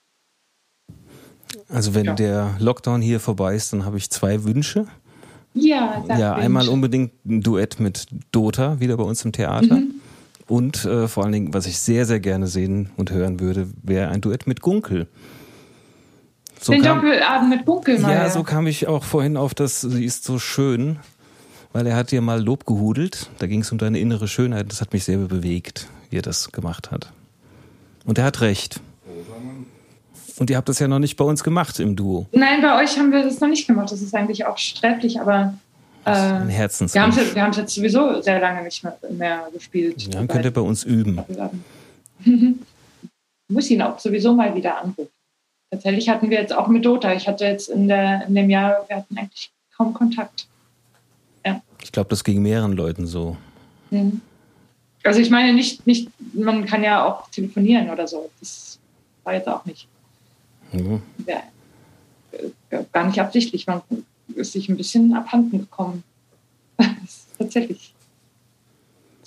Also wenn Ja. der Lockdown hier vorbei ist, dann habe ich zwei Wünsche. Ja, sag Ja, Mensch. einmal unbedingt ein Duett mit Dota, wieder bei uns im Theater. Mhm. Und äh, vor allen Dingen, was ich sehr, sehr gerne sehen und hören würde, wäre ein Duett mit Gunkel. So Den kam, Doppelabend mit Bunkelmeier. ja, so kam ich auch vorhin auf das, sie ist so schön, weil er hat dir mal Lob gehudelt. Da ging es um deine innere Schönheit. Das hat mich sehr bewegt, wie er das gemacht hat. Und er hat recht. Und ihr habt das ja noch nicht bei uns gemacht im Duo. Nein, bei euch haben wir das noch nicht gemacht. Das ist eigentlich auch sträflich, aber äh, Ein wir Herzenswunsch. haben es wir haben's jetzt sowieso sehr lange nicht mehr, mehr gespielt. Ja, dann könnt ihr bei uns üben. Ich muss ihn auch sowieso mal wieder anrufen. Tatsächlich hatten wir jetzt auch mit Dota. Ich hatte jetzt in, der, in dem Jahr, wir hatten eigentlich kaum Kontakt. Ich glaube, das ging mehreren Leuten so. Mhm. Also ich meine nicht, nicht, man kann ja auch telefonieren oder so. Das war jetzt auch nicht. Mhm. Ja, äh, gar nicht absichtlich. Man ist sich ein bisschen abhanden gekommen. Das ist tatsächlich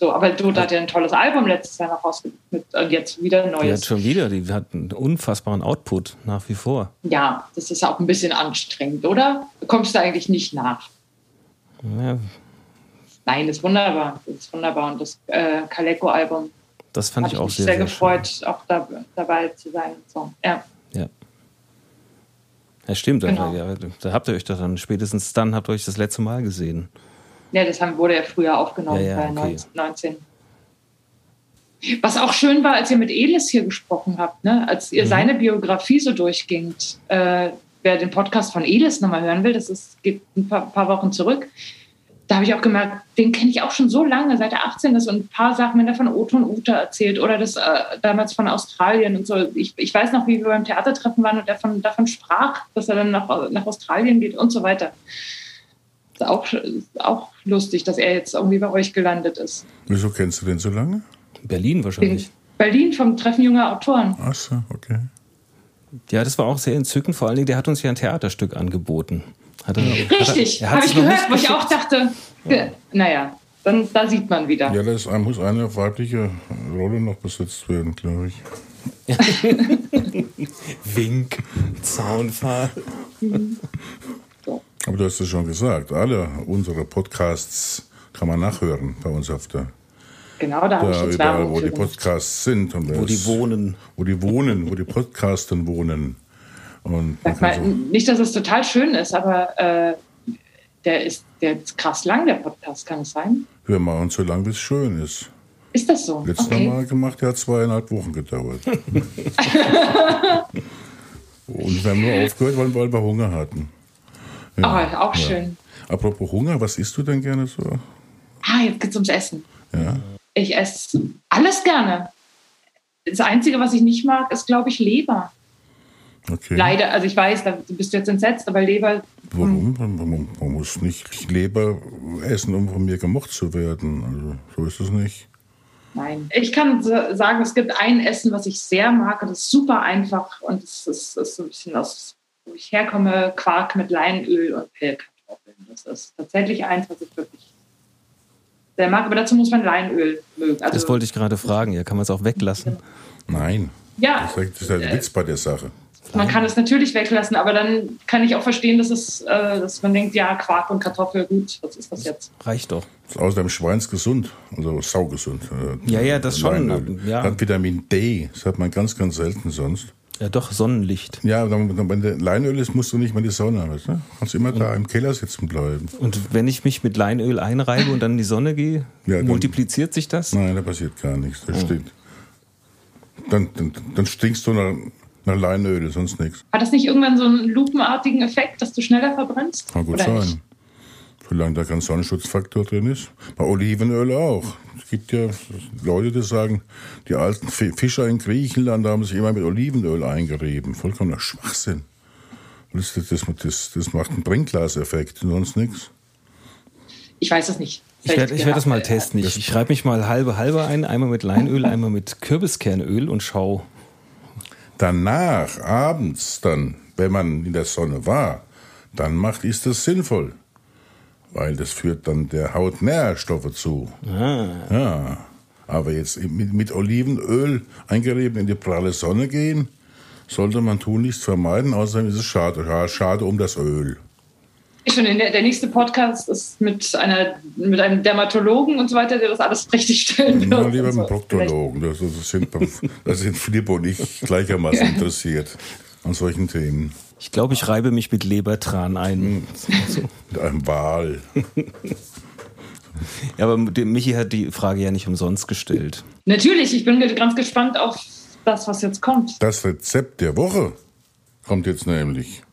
So, aber Dot hat ja ein tolles Album letztes Jahr noch rausgebracht und jetzt wieder ein neues. Die hat schon wieder, die hat einen unfassbaren Output nach wie vor. Ja, das ist auch ein bisschen anstrengend, oder? Du kommst da eigentlich nicht nach. Ja. Nein, das ist wunderbar. Das ist wunderbar. Und das äh, Kaleko-Album, das fand ich auch mich sehr, sehr, sehr gefreut, schön. auch da, dabei zu sein. So, ja. Ja. Ja, stimmt. Genau. Ja, da habt ihr euch doch dann, spätestens dann habt ihr euch das letzte Mal gesehen. Ja, das haben, wurde ja früher aufgenommen, ja, ja, bei okay. neunzehn. Was auch schön war, als ihr mit Elis hier gesprochen habt, ne? Als ihr mhm. seine Biografie so durchgingt. Äh, wer den Podcast von Elis nochmal hören will, das ist, geht ein paar, paar Wochen zurück. Da habe ich auch gemerkt, den kenne ich auch schon so lange, seit er achtzehn ist und ein paar Sachen, wenn er von Otto und Uta erzählt oder das äh, damals von Australien und so. Ich, ich weiß noch, wie wir beim Theatertreffen waren und er von, davon sprach, dass er dann nach, nach Australien geht und so weiter. Ist auch, ist auch lustig, dass er jetzt irgendwie bei euch gelandet ist. Wieso kennst du den so lange? Berlin wahrscheinlich. In Berlin vom Treffen junger Autoren. Ach so, okay. Ja, das war auch sehr entzückend. Vor allen Dingen, der hat uns ja ein Theaterstück angeboten. Hat er, Richtig, habe ich gehört, wo ich auch dachte, ja. naja, dann, da sieht man wieder. Ja, da muss eine weibliche Rolle noch besetzt werden, glaube ich. Wink, Zaunpfahl. So. Aber du hast es schon gesagt, alle unsere Podcasts kann man nachhören bei uns auf der... Genau, da habe ich jetzt überall, Werbung wo die gemacht. Podcasts sind. Und Wo das, die wohnen. Wo die wohnen, wo die Podcasten wohnen. Und Sag mal, so, nicht, dass es total schön ist, aber äh, der, ist, der ist krass lang, der Podcast, kann es sein? wir machen so lange, bis es schön ist. Ist das so? Letztes Okay. Mal gemacht, der hat zweieinhalb Wochen gedauert. Und wir haben nur aufgehört, weil, weil wir Hunger hatten. Ah, auch ja. schön. Apropos Hunger, was isst du denn gerne so? Ah, jetzt geht's ums Essen. Ja. Ich esse alles gerne. Das Einzige, was ich nicht mag, ist, glaube ich, Leber. Okay. Leider, also ich weiß, da bist du jetzt entsetzt, aber Leber... Warum? Man, man muss nicht Leber essen, um von mir gemocht zu werden. Also, so ist es nicht. Nein. Ich kann sagen, es gibt ein Essen, was ich sehr mag. Und das ist super einfach. Und es ist, ist so ein bisschen aus, wo ich herkomme, Quark mit Leinöl und Pellkartoffeln. Das ist tatsächlich eins, was ich wirklich sehr mag. Aber dazu muss man Leinöl mögen. Also, Das wollte ich gerade fragen. Ja, kann man es auch weglassen? Nein. ja, Das ist ja der Witz bei der Sache. man kann es natürlich weglassen, aber dann kann ich auch verstehen, dass, es, äh, dass man denkt, ja, Quark und Kartoffel, gut, was ist das jetzt? Reicht doch. Ist außerdem schweinsgesund, also saugesund. Ja, ja, das schon. Leinöl. Ja. Hat Vitamin D, das hat man ganz, ganz selten sonst. Ja, doch, Sonnenlicht. Ja, dann, wenn der Leinöl ist, musst du nicht mehr in die Sonne. Weißt du? Kannst immer da im Keller sitzen bleiben. Und wenn ich mich mit Leinöl einreibe und dann in die Sonne gehe, Ja, dann- multipliziert sich das? Nein, da passiert gar nichts, das stimmt. Dann, dann, dann stinkst du nach, nach Leinöl, sonst nichts. Hat das nicht irgendwann so einen lupenartigen Effekt, dass du schneller verbrennst? Kann gut Oder sein. nicht? Solange da kein Sonnenschutzfaktor drin ist. Bei Olivenöl auch. Es gibt ja Leute, die sagen, die alten Fischer in Griechenland haben sich immer mit Olivenöl eingerieben. Vollkommener Schwachsinn. Das, das, das, das macht einen Brennglaseffekt und sonst nichts. Ich weiß es nicht. Ich werde ich werd das mal Vielleicht, testen. Ich, ich schreibe mich mal halbe halbe ein, einmal mit Leinöl, einmal mit Kürbiskernöl und schau. Danach, abends dann, wenn man in der Sonne war, dann macht ist das sinnvoll. Weil das führt dann der Haut Nährstoffe zu. Ah. Ja. Aber jetzt mit, mit Olivenöl eingerieben in die pralle Sonne gehen, sollte man tunlichst vermeiden, außerdem ist es schade, ja, schade um das Öl. Schon der, der nächste Podcast ist mit, einer, mit einem Dermatologen und so weiter, der das alles richtig stellen wird. Na, lieber und mit so. dem Proktologen. Das, das, sind, das sind Philipp und ich gleichermaßen interessiert an solchen Themen. Ich glaube, ich reibe mich mit Lebertran ein. So. Mit einem Wal. Ja, aber der Michi hat die Frage ja nicht umsonst gestellt. Natürlich, ich bin ganz gespannt auf das, was jetzt kommt. Das Rezept der Woche kommt jetzt nämlich.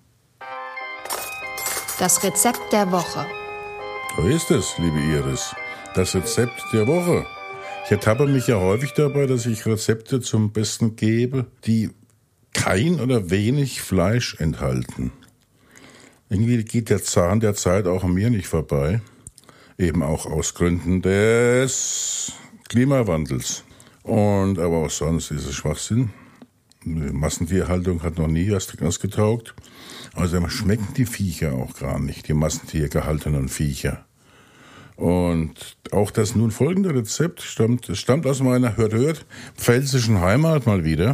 Das Rezept der Woche. So ist es, liebe Iris. Das Rezept der Woche. Ich ertappe mich ja häufig dabei, dass ich Rezepte zum Besten gebe, die kein oder wenig Fleisch enthalten. Irgendwie geht der Zahn der Zeit auch an mir nicht vorbei. Eben auch aus Gründen des Klimawandels. Und aber auch sonst ist es Schwachsinn. Die Massentierhaltung hat noch nie was getaugt. Außerdem schmecken die Viecher auch gar nicht, die Massentier gehaltenen Viecher. Und auch das nun folgende Rezept stammt, stammt aus meiner, hört, hört, pfälzischen Heimat mal wieder.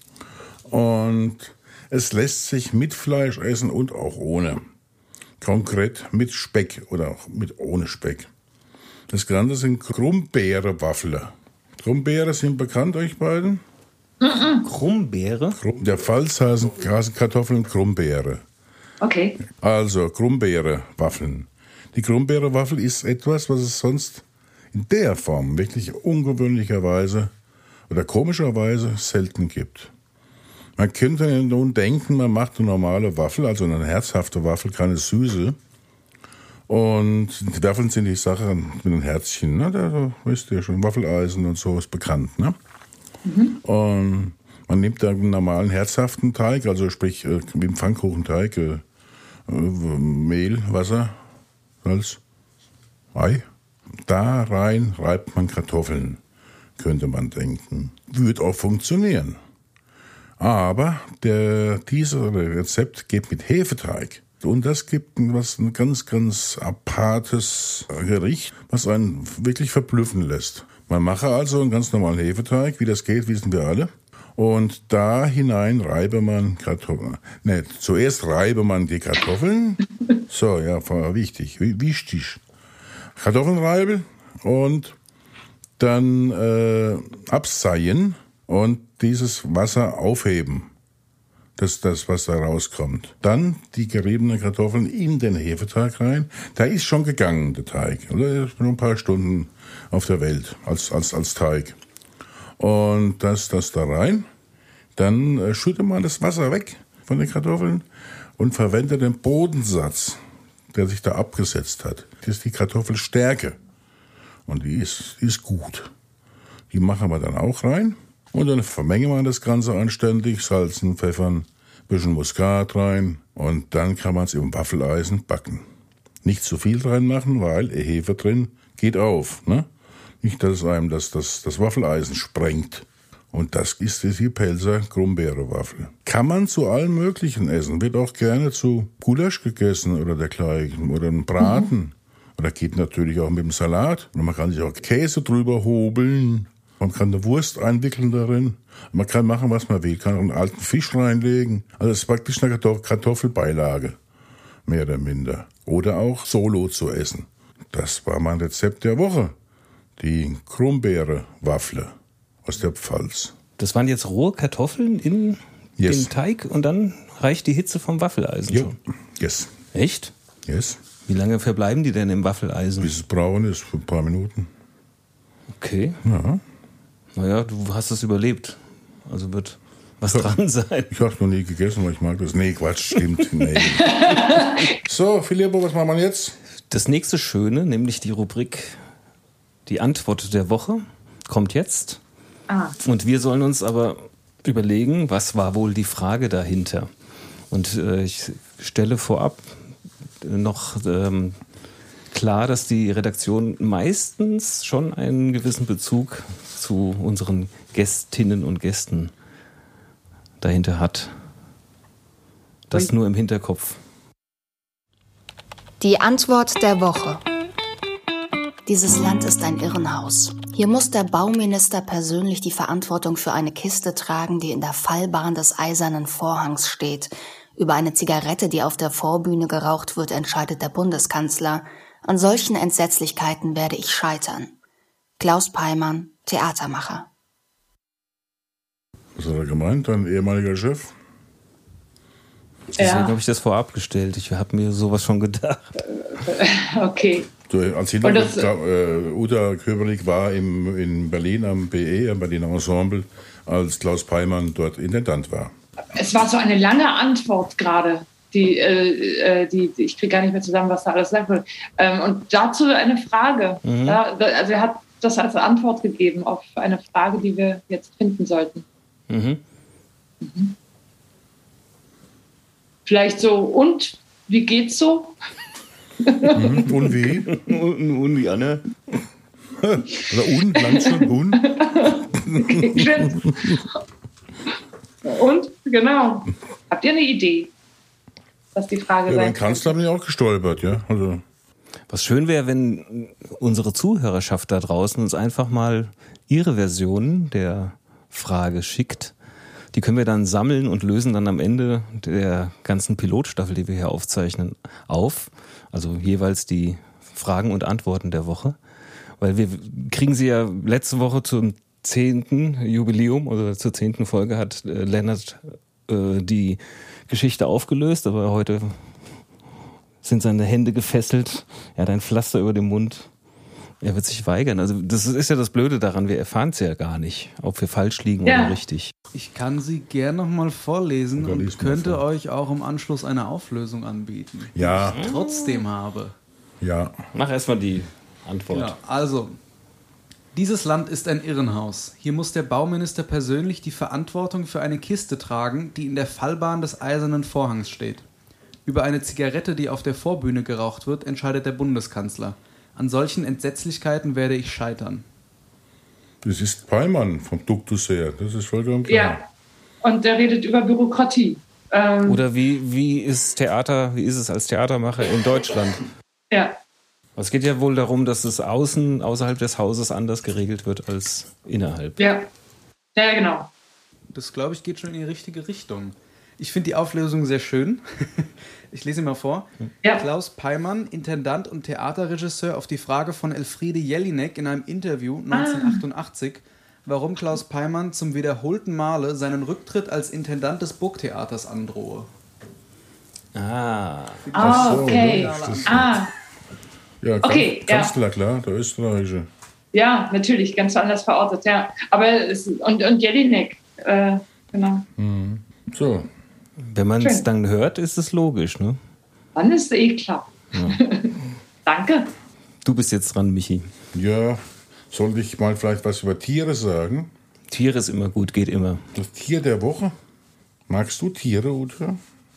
Und es lässt sich mit Fleisch essen und auch ohne. Konkret mit Speck oder auch mit ohne Speck. Das Ganze sind Krummbeere-Waffeln. Krummbeere sind bekannt, euch beiden? Krummbeere? In der Pfalz heißen Kartoffeln Krummbeere. Okay. Also Krummbeere-Waffeln. Die Krummbeere-Waffel ist etwas, was es sonst in der Form wirklich ungewöhnlicherweise oder komischerweise selten gibt. Man könnte nun denken, man macht eine normale Waffel, also eine herzhafte Waffel, keine süße. Und die Waffeln sind die Sache mit den Herzchen, ne? Da wisst ihr schon, Waffeleisen und so ist bekannt, ne? Mhm. Und man nimmt da einen normalen herzhaften Teig, also sprich äh, wie im Pfannkuchenteig, äh, Mehl, Wasser, Salz, Ei. Da rein reibt man Kartoffeln, könnte man denken. Würde auch funktionieren. Aber der, dieses Rezept geht mit Hefeteig. Und das gibt was, ein ganz, ganz apartes Gericht, was einen wirklich verblüffen lässt. Man mache also einen ganz normalen Hefeteig. Wie das geht, wissen wir alle. Und da hinein reibe man Kartoffeln. Ne, zuerst reibe man die Kartoffeln. So, ja, wichtig, wichtig. Kartoffeln reiben und dann äh, abseien und dieses Wasser aufheben. Das ist das, was da rauskommt. Dann die geriebenen Kartoffeln in den Hefeteig rein. Da ist schon gegangen, der Teig. Oder? Ist nur ein paar Stunden auf der Welt als, als, als Teig. Und das, das da rein. Dann äh, schüttet man das Wasser weg von den Kartoffeln und verwendet den Bodensatz, der sich da abgesetzt hat. Das ist die Kartoffelstärke. Und die ist, die ist gut. Die machen wir dann auch rein. Und dann vermengen wir das Ganze anständig, salzen, pfeffern, ein bisschen Muskat rein und dann kann man es im Waffeleisen backen. Nicht zu viel reinmachen, weil Hefe drin geht auf. Ne? Nicht, dass es einem das, das, das Waffeleisen sprengt. Und das ist die Pelzer Krummbeere-Waffel. Kann man zu allem Möglichen essen. Wird auch gerne zu Gulasch gegessen oder dergleichen oder einen Braten. Mhm. Oder geht natürlich auch mit dem Salat. Und man kann sich auch Käse drüber hobeln. Man kann eine Wurst einwickeln darin. Man kann machen, was man will. Man kann auch einen alten Fisch reinlegen. Also es ist praktisch eine Kartoffelbeilage. Mehr oder minder. Oder auch solo zu essen. Das war mein Rezept der Woche. Die Krummbeere-Waffle aus der Pfalz. Das waren jetzt rohe Kartoffeln in yes. den Teig und dann reicht die Hitze vom Waffeleisen jo. schon? Yes. Echt? Yes. Wie lange verbleiben die denn im Waffeleisen? Bis es braun ist, für ein paar Minuten. Okay. Ja. Naja, du hast es überlebt. Also wird was ja. dran sein. Ich habe es noch nie gegessen, weil ich mag das. Nee, Quatsch, stimmt. Nee. So, Filippo, was machen wir jetzt? Das nächste Schöne, nämlich die Rubrik Die Antwort der Woche, kommt jetzt. Ah. Und wir sollen uns aber überlegen, was war wohl die Frage dahinter. Und äh, ich stelle vorab noch ähm, klar, dass die Redaktion meistens schon einen gewissen Bezug zu unseren Gästinnen und Gästen dahinter hat. Das nur im Hinterkopf. Die Antwort der Woche. Dieses Land ist ein Irrenhaus. Hier muss der Bauminister persönlich die Verantwortung für eine Kiste tragen, die in der Fallbahn des Eisernen Vorhangs steht. Über eine Zigarette, die auf der Vorbühne geraucht wird, entscheidet der Bundeskanzler. An solchen Entsetzlichkeiten werde ich scheitern. Klaus Peimann, Theatermacher. Was hat er gemeint, dein ehemaliger Chef? Deswegen ja. habe ich das vorab gestellt. Ich habe mir sowas schon gedacht. Okay. Du, als Hintergrund, äh, Uta Köberlik war im, in Berlin am B E, am Berliner Ensemble, als Klaus Peimann dort Intendant war. Es war so eine lange Antwort gerade. Die, äh, die, die, ich kriege gar nicht mehr zusammen, was da alles gesagt wurde. Ähm, und dazu eine Frage. Mhm. Ja, also er hat das als Antwort gegeben auf eine Frage, die wir jetzt finden sollten. Mhm. Mhm. Vielleicht so, und? Wie geht's so? Mhm. Und wie? Und, und wie, Anne? Oder und, lang schon, und? Okay, schön. Und, genau. Habt ihr eine Idee, was die Frage ja, sein beim Kanzler bin ich auch gestolpert, ja. Also. Was schön wäre, wenn unsere Zuhörerschaft da draußen uns einfach mal ihre Version der Frage schickt. Die können wir dann sammeln und lösen dann am Ende der ganzen Pilotstaffel, die wir hier aufzeichnen, auf. Also jeweils die Fragen und Antworten der Woche. Weil wir kriegen sie ja letzte Woche zum zehnten Jubiläum oder zur zehnten Folge hat äh, Lennart äh, die Geschichte aufgelöst, aber heute sind seine Hände gefesselt. Er hat ein Pflaster über dem Mund. Er wird sich weigern. Also das ist ja das Blöde daran, wir erfahren es ja gar nicht, ob wir falsch liegen ja. oder richtig. Ich kann sie gern nochmal vorlesen und, und könnte vor. euch auch im Anschluss eine Auflösung anbieten. Ja. Die ich trotzdem habe. Ja. Mach erstmal die Antwort. Ja, also, dieses Land ist ein Irrenhaus. Hier muss der Bauminister persönlich die Verantwortung für eine Kiste tragen, die in der Fallbahn des Eisernen Vorhangs steht. Über eine Zigarette, die auf der Vorbühne geraucht wird, entscheidet der Bundeskanzler. An solchen Entsetzlichkeiten werde ich scheitern. Das ist Peimann vom Duktus her, das ist vollkommen klar. Ja, und der redet über Bürokratie. Ähm, Oder wie, wie ist Theater, wie ist es als Theatermacher in Deutschland? Ja. Es geht ja wohl darum, dass es außen, außerhalb des Hauses anders geregelt wird als innerhalb. Ja, ja, genau. Das, glaube ich, geht schon in die richtige Richtung. Ich finde die Auflösung sehr schön. Ich lese ihn mal vor. Ja. Klaus Peimann, Intendant und Theaterregisseur, auf die Frage von Elfriede Jelinek in einem Interview neunzehnhundertachtundachtzig, ah. warum Klaus Peimann zum wiederholten Male seinen Rücktritt als Intendant des Burgtheaters androhe. Ah. Ah, oh, okay. Ah. Ja, okay, Kanzler, ja. klar, der Österreichische. Ja, natürlich, ganz anders verortet, ja. Aber es, und, und Jelinek, äh, genau. Mhm. So. Wenn man es dann hört, ist es logisch, ne? Dann ist es eh klar. Ja. Danke. Du bist jetzt dran, Michi. Ja, sollte ich mal vielleicht was über Tiere sagen? Tiere ist immer gut, geht immer. Das Tier der Woche? Magst du Tiere, Uta?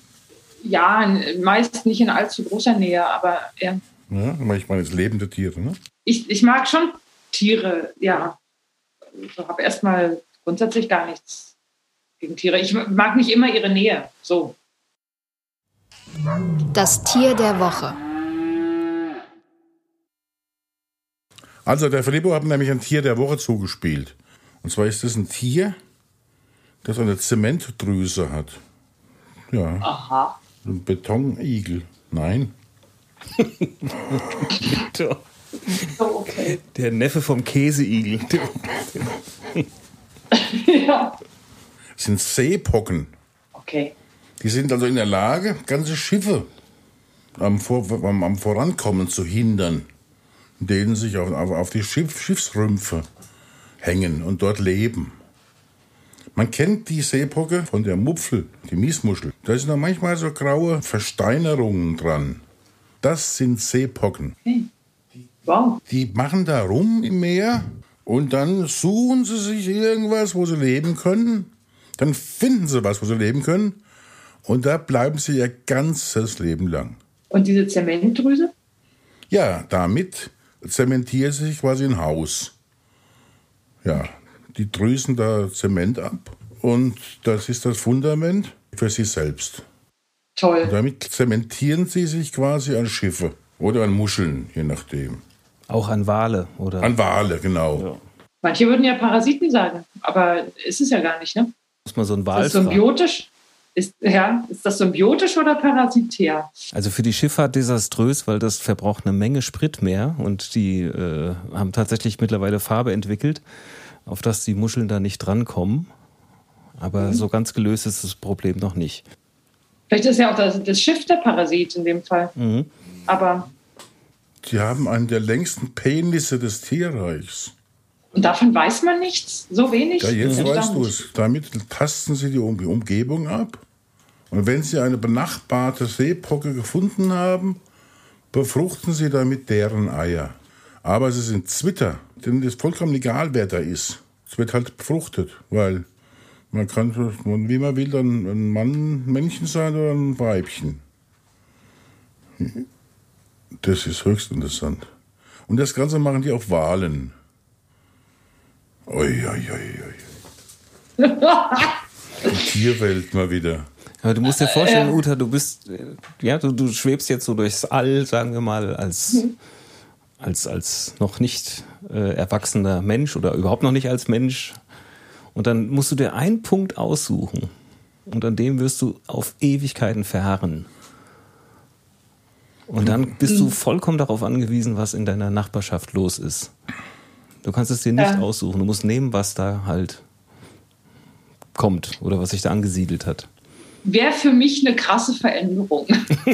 Ja, meist nicht in allzu großer Nähe, aber ja. Ja, aber ich meine jetzt lebende Tiere, ne? Ich, ich mag schon Tiere, ja. Ich habe erstmal grundsätzlich gar nichts gegen Tiere. Ich mag nicht immer ihre Nähe. So. Das Tier der Woche. Also, der Filippo hat nämlich ein Tier der Woche zugespielt. Und zwar ist das ein Tier, das eine Zementdrüse hat. Ja. Aha. Ein Betonigel. Nein. So, okay. Der Neffe vom Käseigel. Ja. Das sind Seepocken. Okay. Die sind also in der Lage, ganze Schiffe am, Vor- am, am Vorankommen zu hindern, indem sie sich auf, auf, auf die Schiff, Schiffsrümpfe hängen und dort leben. Man kennt die Seepocke von der Mupfel, die Miesmuschel. Da sind noch manchmal so graue Versteinerungen dran. Das sind Seepocken. Okay. Wow. Die machen da rum im Meer und dann suchen sie sich irgendwas, wo sie leben können. Dann finden sie was, wo sie leben können. Und da bleiben sie ihr ganzes Leben lang. Und diese Zementdrüse? Ja, damit zementieren sie sich quasi ein Haus. Ja, die drüsen da Zement ab. Und das ist das Fundament für sie selbst. Toll. Und damit zementieren sie sich quasi an Schiffe oder an Muscheln, je nachdem. Auch an Wale, oder? An Wale, genau. Ja. Manche würden ja Parasiten sagen, aber ist es ja gar nicht, ne? Muss man so ein Wal ist das symbiotisch? Ist, ja, ist das symbiotisch oder parasitär? Also für die Schifffahrt desaströs, weil das verbraucht eine Menge Sprit mehr und die äh, haben tatsächlich mittlerweile Farbe entwickelt, auf das die Muscheln da nicht drankommen. Aber mhm. so ganz gelöst ist das Problem noch nicht. Vielleicht ist ja auch das, das Schiff der Parasit in dem Fall. Mhm. Aber Sie haben einen der längsten Penisse des Tierreichs. Und davon weiß man nichts? So wenig? Ja, jetzt mhm. weißt du es. Damit tasten Sie die Umgebung ab. Und wenn Sie eine benachbarte Seepocke gefunden haben, befruchten Sie damit deren Eier. Aber sie sind Zwitter, denn es ist vollkommen egal, wer da ist. Es wird halt befruchtet, weil man kann, wie man will, dann ein Mann, ein Männchen sein oder ein Weibchen. Das ist höchst interessant. Und das Ganze machen die auf Walen. Ui, ui, ui, ui. Die Tierwelt mal wieder. Aber du musst dir vorstellen, äh, Uta, du bist, ja, du, du schwebst jetzt so durchs All, sagen wir mal, als, mhm. als, als noch nicht äh, erwachsener Mensch oder überhaupt noch nicht als Mensch. Und dann musst du dir einen Punkt aussuchen. Und an dem wirst du auf Ewigkeiten verharren. Und dann bist du vollkommen darauf angewiesen, was in deiner Nachbarschaft los ist. Du kannst es dir nicht ja. aussuchen. Du musst nehmen, was da halt kommt oder was sich da angesiedelt hat. Wäre für mich eine krasse Veränderung.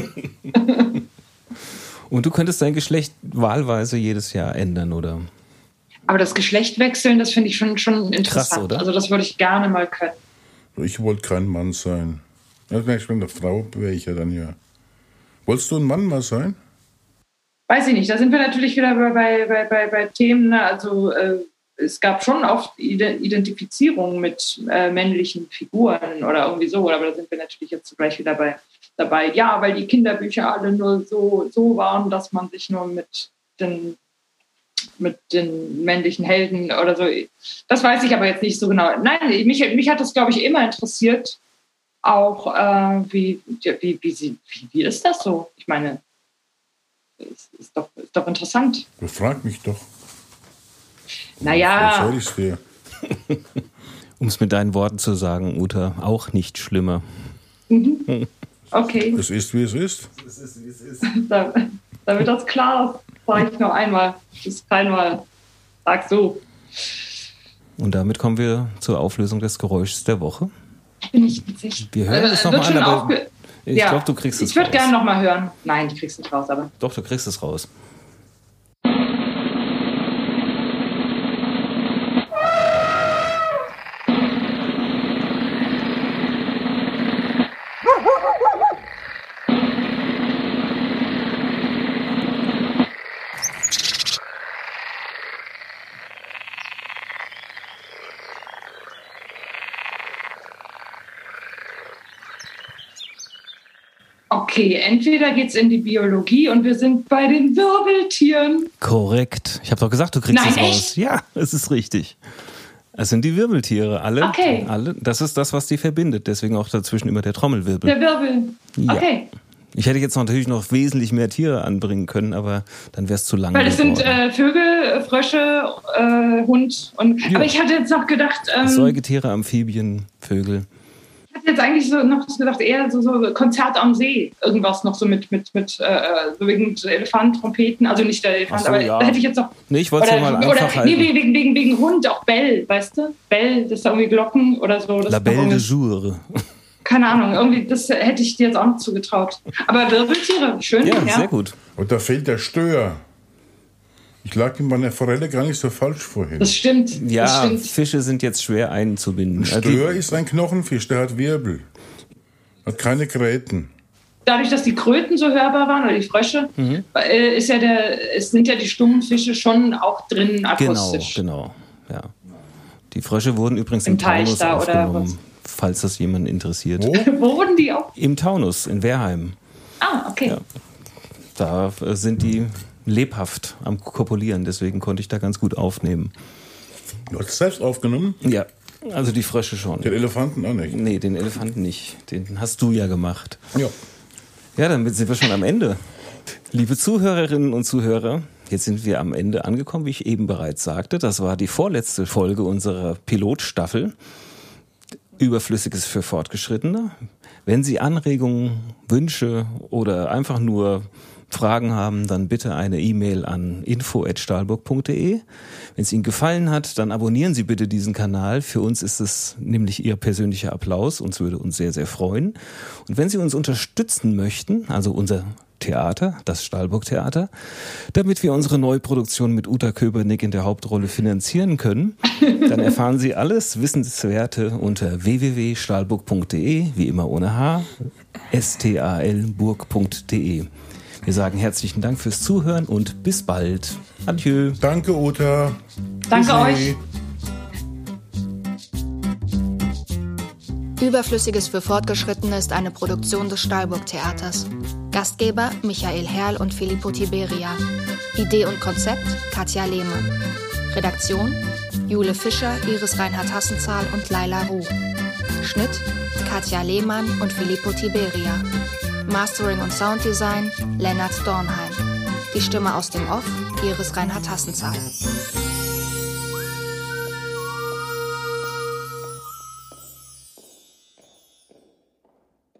Und du könntest dein Geschlecht wahlweise jedes Jahr ändern, oder? Aber das Geschlecht wechseln, das finde ich schon, schon interessant. Krass, oder? Also das würde ich gerne mal können. Ich wollte kein Mann sein. Ja, wenn ich eine Frau wäre ich ja dann ja. Wolltest du ein Mann mal sein? Weiß ich nicht. Da sind wir natürlich wieder bei, bei, bei, bei Themen. Ne? Also äh, es gab schon oft Identifizierung mit äh, männlichen Figuren oder irgendwie so. Aber da sind wir natürlich jetzt gleich wieder bei, dabei. Ja, weil die Kinderbücher alle nur so, so waren, dass man sich nur mit den, mit den männlichen Helden oder so. Das weiß ich aber jetzt nicht so genau. Nein, mich, mich hat das, glaube ich, immer interessiert. Auch, äh, wie, wie, wie, wie, wie ist das so? Ich meine, ist, ist, doch, ist doch interessant. Frag mich doch. Naja. Was soll ich's dir? Um es mit deinen Worten zu sagen, Uta, auch nicht schlimmer. Mhm. Okay. Es ist, wie es ist. Es ist, wie es ist. Da, damit das klar ist, sage ich noch einmal. Das ist keinmal. Sag so. Und damit kommen wir zur Auflösung des Geräuschs der Woche. Bin ich nicht sicher. Wir hören es nochmal an, aber aufge- ich ja. glaube, du kriegst es ich raus. Ich würde gerne nochmal hören. Nein, ich krieg's nicht raus, aber... Doch, du kriegst es raus. Okay, entweder geht's in die Biologie und wir sind bei den Wirbeltieren. Korrekt. Ich habe doch gesagt, du kriegst Nein, es raus. echt? Ja, es ist richtig. Es sind die Wirbeltiere, alle. Okay. alle. Das ist das, was die verbindet. Deswegen auch dazwischen immer der Trommelwirbel. Der Wirbel. Ja. Okay. Ich hätte jetzt natürlich noch wesentlich mehr Tiere anbringen können, aber dann wäre es zu lang. Weil es sind äh, Vögel, Frösche, äh, Hund und. Ja. Aber ich hatte jetzt noch gedacht. Ähm, Säugetiere, Amphibien, Vögel. Ich hatte jetzt eigentlich so noch gedacht, eher so, so Konzert am See, irgendwas noch so mit, mit, mit äh, so wegen Elefant, Trompeten, also nicht der Elefant, so, aber ja. da hätte ich jetzt noch... Nee, ich wollte es mal einfach oder, halten. Nee, wegen, wegen, wegen Hund, auch Bell, weißt du? Bell, das ist da irgendwie Glocken oder so. Das La Belle de Jour. Keine Ahnung, irgendwie, das hätte ich dir jetzt auch noch zugetraut. Aber Wirbeltiere, schön. Ja, ja, sehr gut. Und da fehlt der Stör. Ich lag in meiner Forelle gar nicht so falsch vorhin. Das stimmt. Ja, das stimmt. Fische sind jetzt schwer einzubinden. Stör ist ein Knochenfisch, der hat Wirbel. Hat keine Gräten. Dadurch, dass die Kröten so hörbar waren, oder die Frösche, mhm. ist ja der, es sind ja die stummen Fische schon auch drin akustisch. Genau, genau. Ja. Die Frösche wurden übrigens im, im Taunus da, aufgenommen, oder falls das jemanden interessiert. Wo? Wo wurden die auch? Im Taunus, in Wehrheim. Ah, okay. Ja. Da sind die lebhaft am Kopulieren, deswegen konnte ich da ganz gut aufnehmen. Du hast es selbst aufgenommen? Ja. Also die Frösche schon. Den Elefanten auch nicht? Nee, den Elefanten nicht. Den hast du ja gemacht. Ja. Ja, damit sind wir schon am Ende. Liebe Zuhörerinnen und Zuhörer, jetzt sind wir am Ende angekommen, wie ich eben bereits sagte. Das war die vorletzte Folge unserer Pilotstaffel. Überflüssiges für Fortgeschrittene. Wenn Sie Anregungen, Wünsche oder einfach nur Fragen haben, dann bitte eine E-Mail an info at stahlburg punkt de. Wenn es Ihnen gefallen hat, dann abonnieren Sie bitte diesen Kanal. Für uns ist es nämlich Ihr persönlicher Applaus. Uns würde uns sehr, sehr freuen. Und wenn Sie uns unterstützen möchten, also unser Theater, das Stahlburg-Theater, damit wir unsere Neuproduktion mit Uta Köbernick in der Hauptrolle finanzieren können, dann erfahren Sie alles Wissenswerte unter w w w punkt stahlburg punkt de, wie immer ohne H, S T A L burg punkt de. Wir sagen herzlichen Dank fürs Zuhören und bis bald. Adieu. Danke, Uta. Danke euch. Überflüssiges für Fortgeschrittene ist eine Produktion des Stahlburg-Theaters. Gastgeber Michael Herrl und Filippo Tiberia. Idee und Konzept Katja Lehmann. Redaktion Jule Fischer, Iris Reinhard Hassenzahl und Laila Ruh. Schnitt Katja Lehmann und Filippo Tiberia. Mastering und Sounddesign Lennart Dornheim. Die Stimme aus dem Off Iris Reinhard-Hassenzahl.